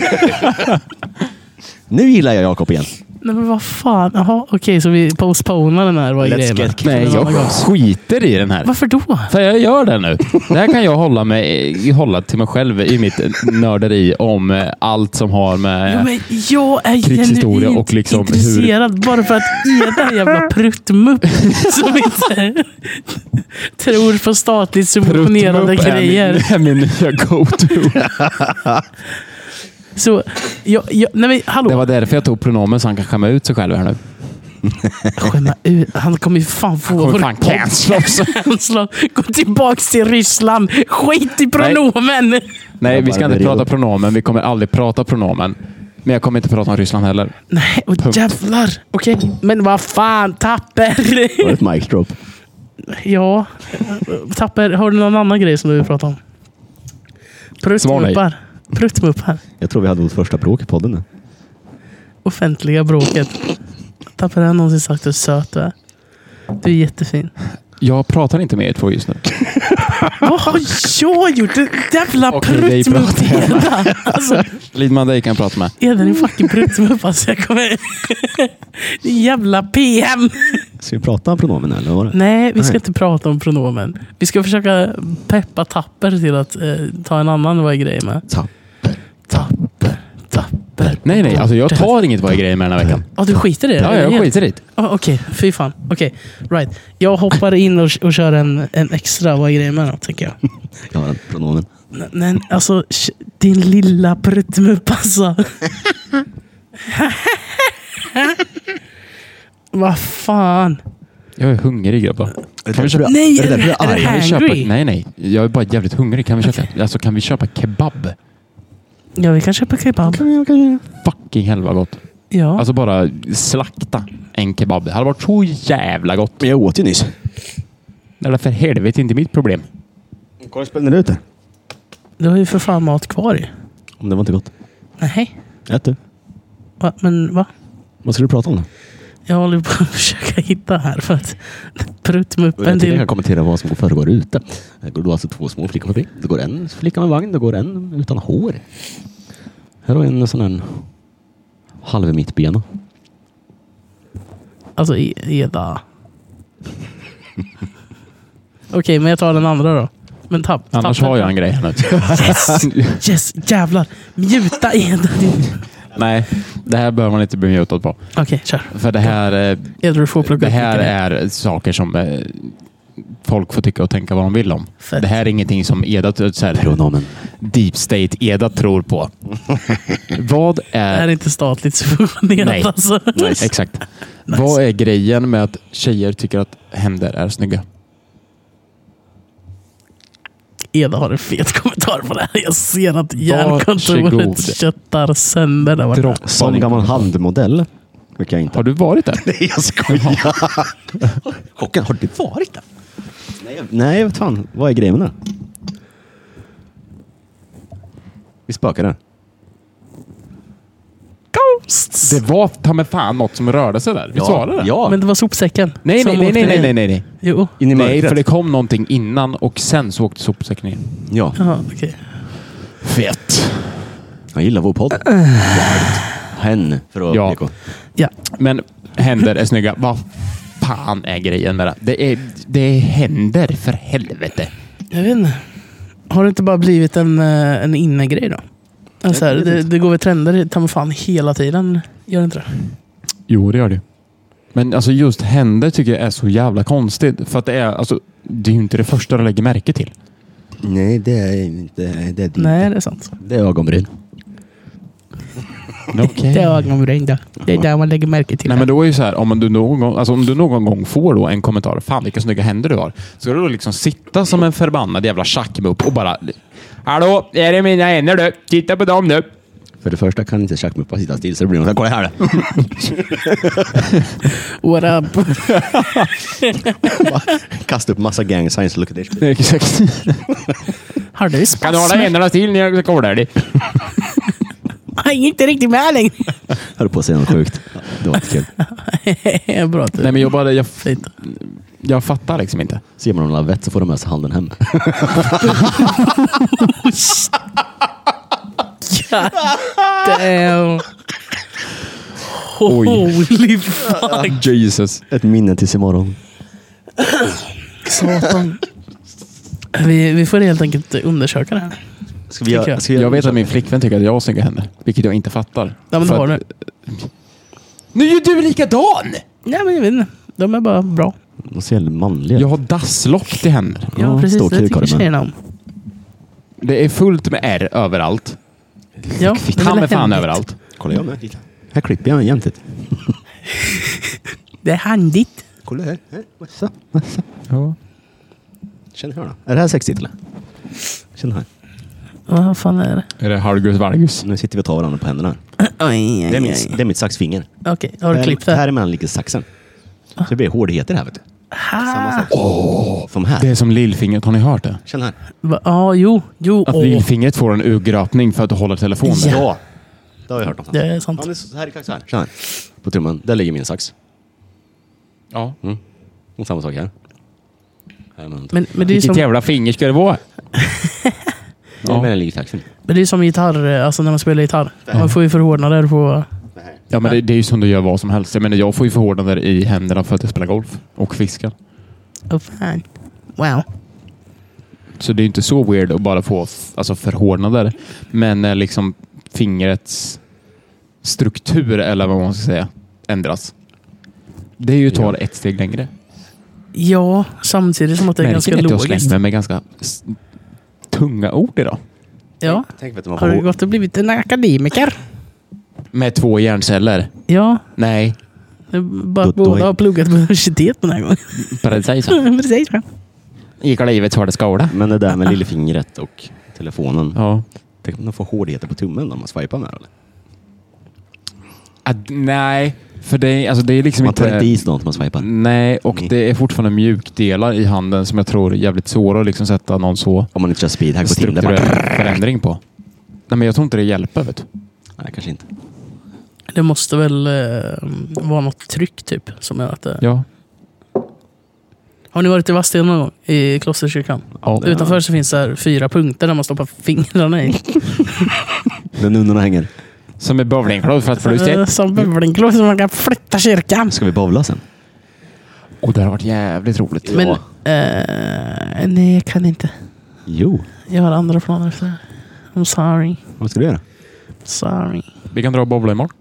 Nu gillar jag Jakob igen. Nej, men vad fan? Jaha, okej, så vi postponar den här. Vad är Let's grejen med? get Nej, jag skiter i den här. Varför då? För jag gör det nu. Det här kan jag hålla, med, hålla till mig själv i mitt nörderi om eh, allt som har med... Jo, men jag är krigshistoria genuint och liksom intresserad bara för att Eda jävla pruttmupp som inte tror på statligt subventionerade Pruttmupp är grejer. min- är min nya go-to. Så, jag, jag, nej men hallå. Det var därför jag tog pronomen så han kan skämma ut sig själv här nu. Skämma ut. Han kommer ju fan få... Han kommer fan cancel också. Cancel. Gå tillbaks till Ryssland. Skit i pronomen. Nej, vi ska inte prata pronomen. Vi kommer aldrig prata pronomen. Men jag kommer inte prata om Ryssland heller. Nej, och jävlar. Okej, okay. Men vad fan, Tapper. Var det ett mic drop? Ja. Tapper, har du någon annan grej som du vill prata om? Pruttmuppar. Pruttmuppar. Jag tror vi hade vårt första bråk i podden nu. Offentliga bråket. Tapper, har jag någonsin sagt att du är söt du är. Du är jättefin. Jag pratar inte med er två just nu. Vad har jag gjort? Jävla pruttmupp, Eda. Alltså, Lidman, dig kan jag prata med. Eda, din fucking pruttmupp. Alltså, jag kommer... Din jävla P M. Ska vi prata om pronomen eller vad var det? Nej, vi ska Nej. inte prata om pronomen. Vi ska försöka peppa Tapper till att eh, ta en annan vad är grej med. Tapper. Tapper. Tapper. Nej, nej. Alltså jag tar inget vad är grej med den här veckan. Ja, du skiter i det? Ja, jag skiter i det. Ah, Okej, okay. Fy fan. Okej, okay. Right. Jag hoppar in och, och kör en, en extra vad är grej med den, tänker jag. Jag har en pronomen. Nej, nej, alltså din lilla pruttmupp alltså. Vad fan? Jag är hungrig, grabbar. Kan vi köpa? Nej, är det, är är det kan vi köpa? hangry? Nej, nej. Jag är bara jävligt hungrig. Kan vi köpa? Alltså kan vi köpa kebab? Ja, vi kan köpa kebab. Okay, okay. Fucking helva gott. Ja. Alltså bara slakta en kebab. Det hade varit så jävla gott. Men jag åt ju nyss. Det är för helvete inte mitt problem. Kolla, spänner du ut det? Du har ju för fan mat kvar i. Om det var inte gott. Nej. Ät du. Va? Men va? Vad ska du prata om då? Jag håller på att försöka hitta här för att pruttmuppen jag till... Jag kan kommentera vad som går före går ute. Det går då alltså två små flickor förbi. Det går en flicka med vagn, det går en utan hår. Här har en sån här halv mittbena. Alltså, Eda. Okej, okay, men jag tar den andra då. Men tapp, Annars tapp, har jag en grej. Yes, yes, jävlar. Mjuta Eda. Nej, det här bör man inte bli mutad på. Okej, okay, kör. För det här, det här är saker som folk får tycka och tänka vad de vill om. Fett. Det här är ingenting som Eda, så här, pronomen. Deep State Eda tror på. Vad är... Det här är inte statligt subventionerat. Nej, alltså. Nice. Exakt. Nice. Vad är grejen med att tjejer tycker att händer är snygga? Eda har en fet kommentar på det här. Jag ser att hjärnkontoret köttar sönder. Där som gammal handmodell. Jag inte. Har du varit där? Nej, jag skojar. Chocken, har du varit där? Nej, nej, vet fan. Vad är grejen där? Vi spökar där. Ghosts! Det var ta med fan något som rörde sig där. Vi ja, svarade det. Ja. Men det var sopsäcken. Nej, nej, nej, nej, nej, nej, nej, nej. Jo. In i nej, för det kom någonting innan och sen så åkte sopsäcken in. Ja. Jaha, okej. Okay. Fett. Jag gillar vår podd. Hen för att ja. P K. Ja. Men händer är snygga. Vad fan är grejen med det? Det är, det är händer för helvete. Jag vet inte. Har det inte bara blivit en, en inne-grej då? Alltså här, det, det går väl trender ta mig fan hela tiden. Gör det inte det? Jo, det gör det. Men alltså just händer tycker jag är så jävla konstigt. För att det är, alltså, det är ju inte det första du lägger märke till. Nej, det är inte. Det är Nej, det är sant. Det är ögonbryn. Okay. Det är ögonbryn då. Det är där man lägger märke till. Nej, men då är ju så här, om du någon gång, alltså om du någon gång får då en kommentar, fan vilka snygga händer du har. Ska du då liksom sitta som en förbannad jävla tjackmupp och bara, hallå, är det mina händer du? Titta på dem nu. För det första kan inte tjackmuppa sitta still så det blir något. Kolla här. What up? Kasta upp massa gang signs. Look at this. Exakt. Har du spasmer? Kan du hålla händerna still när jag kollar dig? Jag är inte riktigt med längre. Hör på att säga något sjukt. Det var inte kul. Bra, typ. Nej, men jag bara, jag, jag fattar liksom inte. Ser man någon vett så får de med sig handen hem. God damn. Holy fuck. Jesus. Ett minne tills imorgon. Satan. Vi, vi får helt enkelt undersöka det här. Ska vi göra, ska vi jag vet att min flickvän tycker att jag har snygga händer. Vilket jag inte fattar. Ja, men har att, nu är ju du likadan! Nej, men jag vet inte. De är bara bra. De ser manliga. Jag har dasslock till händer. Ja, ja precis. Det tycker tjejerna om. Det är fullt med ärr överallt. Ja, han med fan överallt. Kolla jag med lite. Här klipper jag jämnt. Det är handigt. Kolla här. här. Massa, massa. Ja. Känn här då. Är det här sexigt eller? Känn här. Vad fan är det? Är det Hargus Vargus? Nu sitter vi och tar varandra på händerna. Oj, oj, Det är, min, oj. det är mitt saxfinger. Okej, har du klippt det? Här emellan ligger saxen. Så det blir hårdheter här vet du. Samma sax. Oh, som här. Det är som lillfingret, har ni hört det? Känn här. Va- Ja, jo. jo. Att åh. lillfingret får en urgrapning för att du håller telefonen. Ja. Ja. Det har jag hört någonstans. Det är sant. Ja, men så här är exakt så här. Känn här. På tummen. Där ligger min sax. Ja. Mm. Och samma sak här. här men, Men, men, det är Vilket som, jävla finger ska det vara? ja. Men den ligger saxen. men det är som gitarr, alltså när man spelar gitarr. Man får ju förhårdnader på... Ja, men det, det är ju som du gör vad som helst. Jag menar, jag får ju förhårdnader i händerna för att jag spelar golf och fiskar. Oh, fan. Wow. Så det är inte så weird att bara få f- alltså förhårdnader. Men när liksom fingrets struktur, eller vad man ska säga, ändras. Det är ju tar Ja. ett steg längre. Ja, samtidigt som att det är ganska Märker ni att jag logiskt. slänger med ganska s- tunga ord idag? Ja. Tänk vet du, man Har du får... gått och blivit en akademiker? Med två hjärnceller? Ja. Nej. Det är bara Då- att då båda är- har pluggat på universitet den här gången. Precis. Precis. Ja. Gick livet så var det skola. Men det där med lillfingret och telefonen. Ja. Tänk om man får hårdheter på tummen när man swipar med eller? Att, nej, för det är, alltså det är liksom Man tar inte... inte i sådant när man swipar. Nej, och Nej. det är fortfarande mjukdelar i handen som jag tror är jävligt svåra att liksom sätta någon så Om man inte kör speedhack på Tinder. strukturell Bara... förändring på. Nej, men jag tror inte det hjälper, vet du. Nej, kanske inte. Det måste väl eh, vara något tryck typ som gör att det... Ja. Har ni varit i Vadstena någon gång? I Klosterkyrkan? Ja. Utanför så finns det här fyra punkter där man stoppar fingrarna i. Där nunnorna hänger. Som är bowlingklot för att få ut Eh, det. Som bowlingklot som man kan flytta kyrkan. Ska vi bowla sen? Och det har varit jävligt roligt. Men, Ja. eh, nej jag kan inte. Jo. Jag har andra planer efter det. I'm sorry. Vad ska du göra? Sorry. Vi kan dra och bowla imorgon.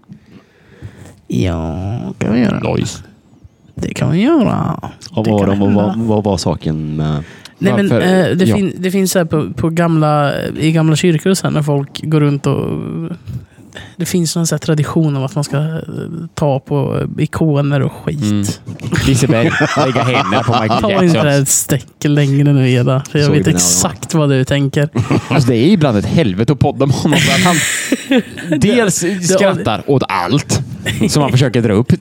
Ja, kan vi göra. Nice. Det kan vi göra. Och Det vad, kan vad, vad, hända. vad, vad var saken med... Nej, men, Varför? eh, det, Ja. fin, det finns så här på, på gamla, i gamla kyrkor och så här, när folk går runt och... Det finns någon så här tradition om att man ska eh, ta på ikoner och skit. Mm. Liseberg, lägga händerna på Michael Ta inte Jackson. ett stäck längre nu Eda. För jag Såg vet det när exakt vad du tänker. Alltså det är ibland ett helvete att podda med honom för att han dels skrattar åt allt som han försöker dra upp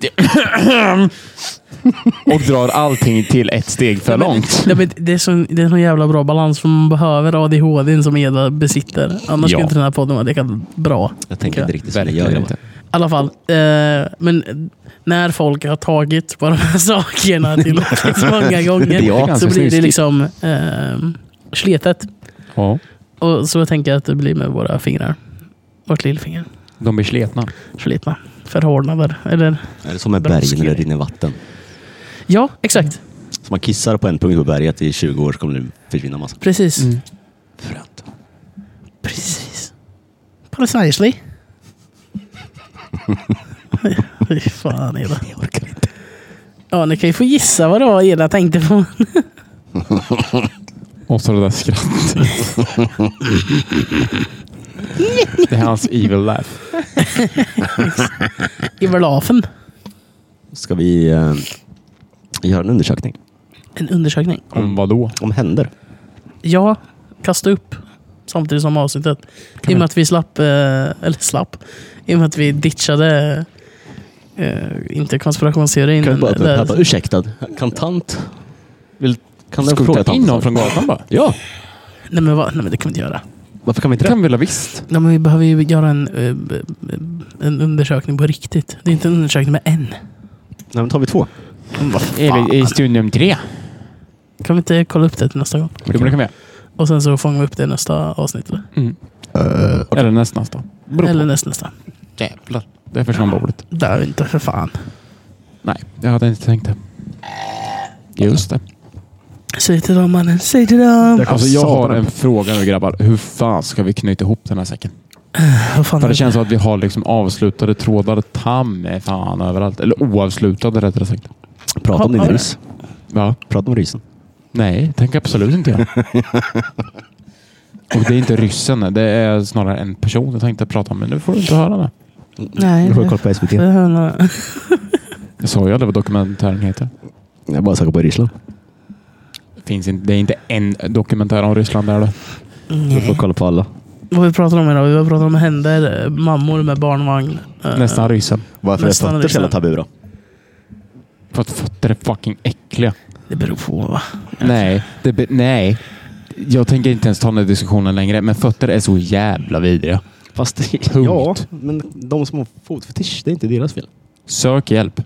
och drar allting till ett steg för långt. Nej, men det är så, det är så jävla bra balans som man behöver A D H D som Eda besitter. Annars Ja. skulle inte den här podden vara lika bra. Jag tänker Ja. inte riktigt som jag Verkligen gör. inte. I alla fall. Eh, men när folk har tagit på de här sakerna tillräckligt många gånger Ja, så ganska blir det snuskigt. liksom eh, sletet. Ja, Och så tänker jag att det blir med våra fingrar. Vårt lillfinger. de blir sletna. Slitna. Förhårdnader. Eller... Är det som med Braskig. berg när det rinner vatten? Ja, exakt. Så man kissar på en punkt på berget i tjugo år så kommer det försvinna massa. Precis. Mm. Fränt. Precis. Precisely. Fy fan Eda. Jag orkar inte. Ja, ni kan ju få gissa vad det var Eda tänkte på. Och så det där skrattet. Det är hans evil laugh. Iverlafen. Ska vi eh, göra en undersökning En undersökning. Om vad då? om händer? Ja, kasta upp samtidigt som avsnittet. I och med att vi slapp, eh, eller slapp, i och med att vi ditchade eh, inte konspirationsteorin. Kan vi bara, men- bara, bara, ursäkta, kan tant... Vill, kan den Skjuta tant? in någon från gatan bara? Ja, nej, men, vad- nej men det kan vi inte göra. varför kan vi inte Det det? kan vi väl visst. Nej, men vi behöver ju göra en, eh, en undersökning på riktigt. Det är inte en undersökning med en. Nej, men tar vi två. Eller i studium tre. Kan vi inte kolla upp det till nästa gång? Jo, men det kan vi göra. Och sen så fångar vi upp det i nästa avsnitt. Eller, Mm. Eller näst nästa. eller näst, nästa. Jävlar. Det försvann bordet. Det är inte för fan. Nej, jag hade inte tänkt det. Just det. Säg till dem mannen, säg till dem. Det- Alltså jag har Satan. en fråga nu grabbar. Hur fan ska vi knyta ihop den här säcken? Vad fan För är det känns som att vi har liksom avslutade trådar tam med fan överallt. Eller oavslutade rättare sagt. Prata om din Har- har- rys. Ja. Prata om rysen. Nej, tänker absolut inte jag. Och det är inte ryssen. Det är snarare en person jag tänkte prata om. Men nu får du inte höra det. Nej, Du får kolla på S V T. för höna. Jag sa ju aldrig vad dokumentären heter. Jag är bara söker på Ryssland. Finns inte, det är inte en dokumentär om Ryssland där då. Du får kolla på alla. Vad vi pratar om idag? Vi har pratat om händer, mammor med barnvagn. Nästan ryssen. Varför är fötter så jävla tabu då? För att fötter är fucking äckliga. Det beror på, va? Nej, det be- nej. Jag tänker inte ens ta den här diskussionen längre. Men fötter är så jävla vidriga. Fast ja, men de som har fotfetisch, det är inte deras fel. Sök hjälp.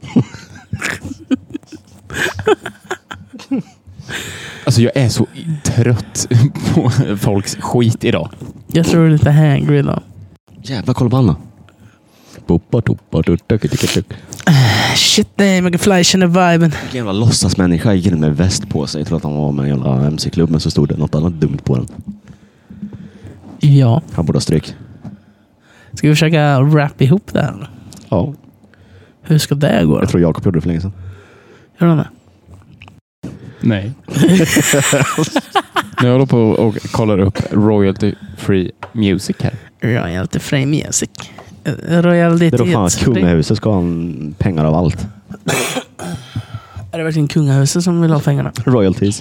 Alltså jag är så trött på folks skit idag. Jag tror det är lite hangry idag. Jävlar, kolla på Anna. Poppa, toppa, tuttak, tuttak. Shit, nej, man kan fly, känner viben. Vilken jävla låtsasmänniska gick in med väst på sig. Jag tror att han var med en jävla M C-klubb, men så stod det något annat dumt på den. Ja. Han borde ha stryk. Ska vi försöka wrap ihop det här? Ja. Hur ska det gå då? Jag tror Jakob gjorde det för länge sedan. Gör han det? Nej. Nu håller på och kollar upp royalty free music här. Royalty free music. Royalty. Det är då fan kungahuset ska ha pengar av allt. Är det verkligen kungahuset som vill ha pengarna? Royalties.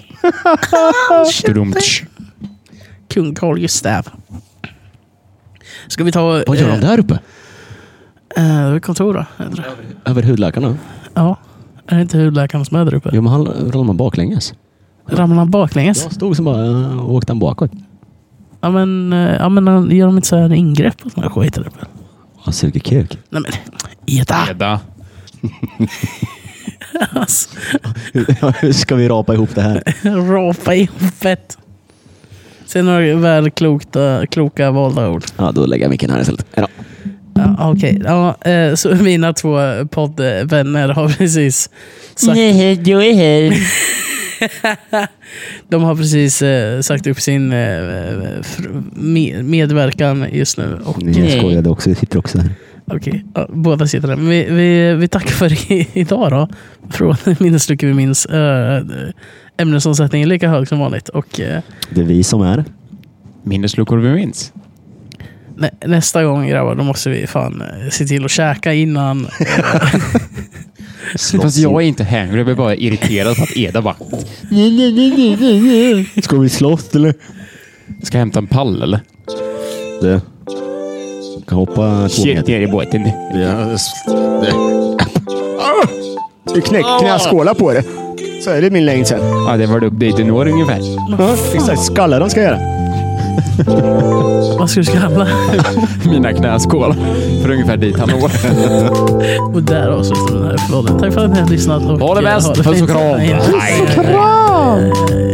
Kung Carl Gustav. Ska vi ta... Vad gör de där uppe? Äh, kontor då? Över hudläkarna? Ja. Är det inte hudläkarna som är där uppe? Jo, men han ramlar man baklänges. Ramlar man baklänges? Jag stod som bara och åkte han bakåt. Ja, men, ja, men gör de inte så här ingrepp och såna skit där uppe? Han suger kuk. Nej, men... Eda! Eda. Alltså. Hur ska vi rapa ihop det här? Rapa ihop ett. Sen några väl kloka, kloka valda ord. Ja, då lägger jag micken här istället. Ja. Ja, okej. Okay. Ja, eh, så mina två poddvänner har precis sagt... Nej, jag är här. De har precis eh, sagt upp sin eh, fr- med- medverkan just nu. Och, Ni skojade också, vi sitter också här. Okej, okay. Ja, båda sitter där. Men vi, vi, vi tackar för i, idag då. Från minnesluckor vi minns. Äh, ämnesomsättningen är lika hög som vanligt. Och, äh, det är vi som är. Minnesluckor vi minns. nä, nästa gång, grabbar, då måste vi fan äh, se till att käka innan. Fast jag är inte hangry, jag blir bara irriterad på att Eda bara... Ska vi slåss eller? Ska jag hämta en pall eller? Det. Kan hoppa två meter. ner i båten. Ja, det. Du knäckte när jag skålar på det. Så är det min längd sen. Ja, det var upp dit i når ungefär. Ja, exakt. Skallar de ska göra. Vad ska du skalla? Mina knäskål. För ungefär dit han når. Och där avslutar den här podden. Tack för att ni har lyssnat. Och ha det bäst. ha det Puss och kram. fint. Puss och kram.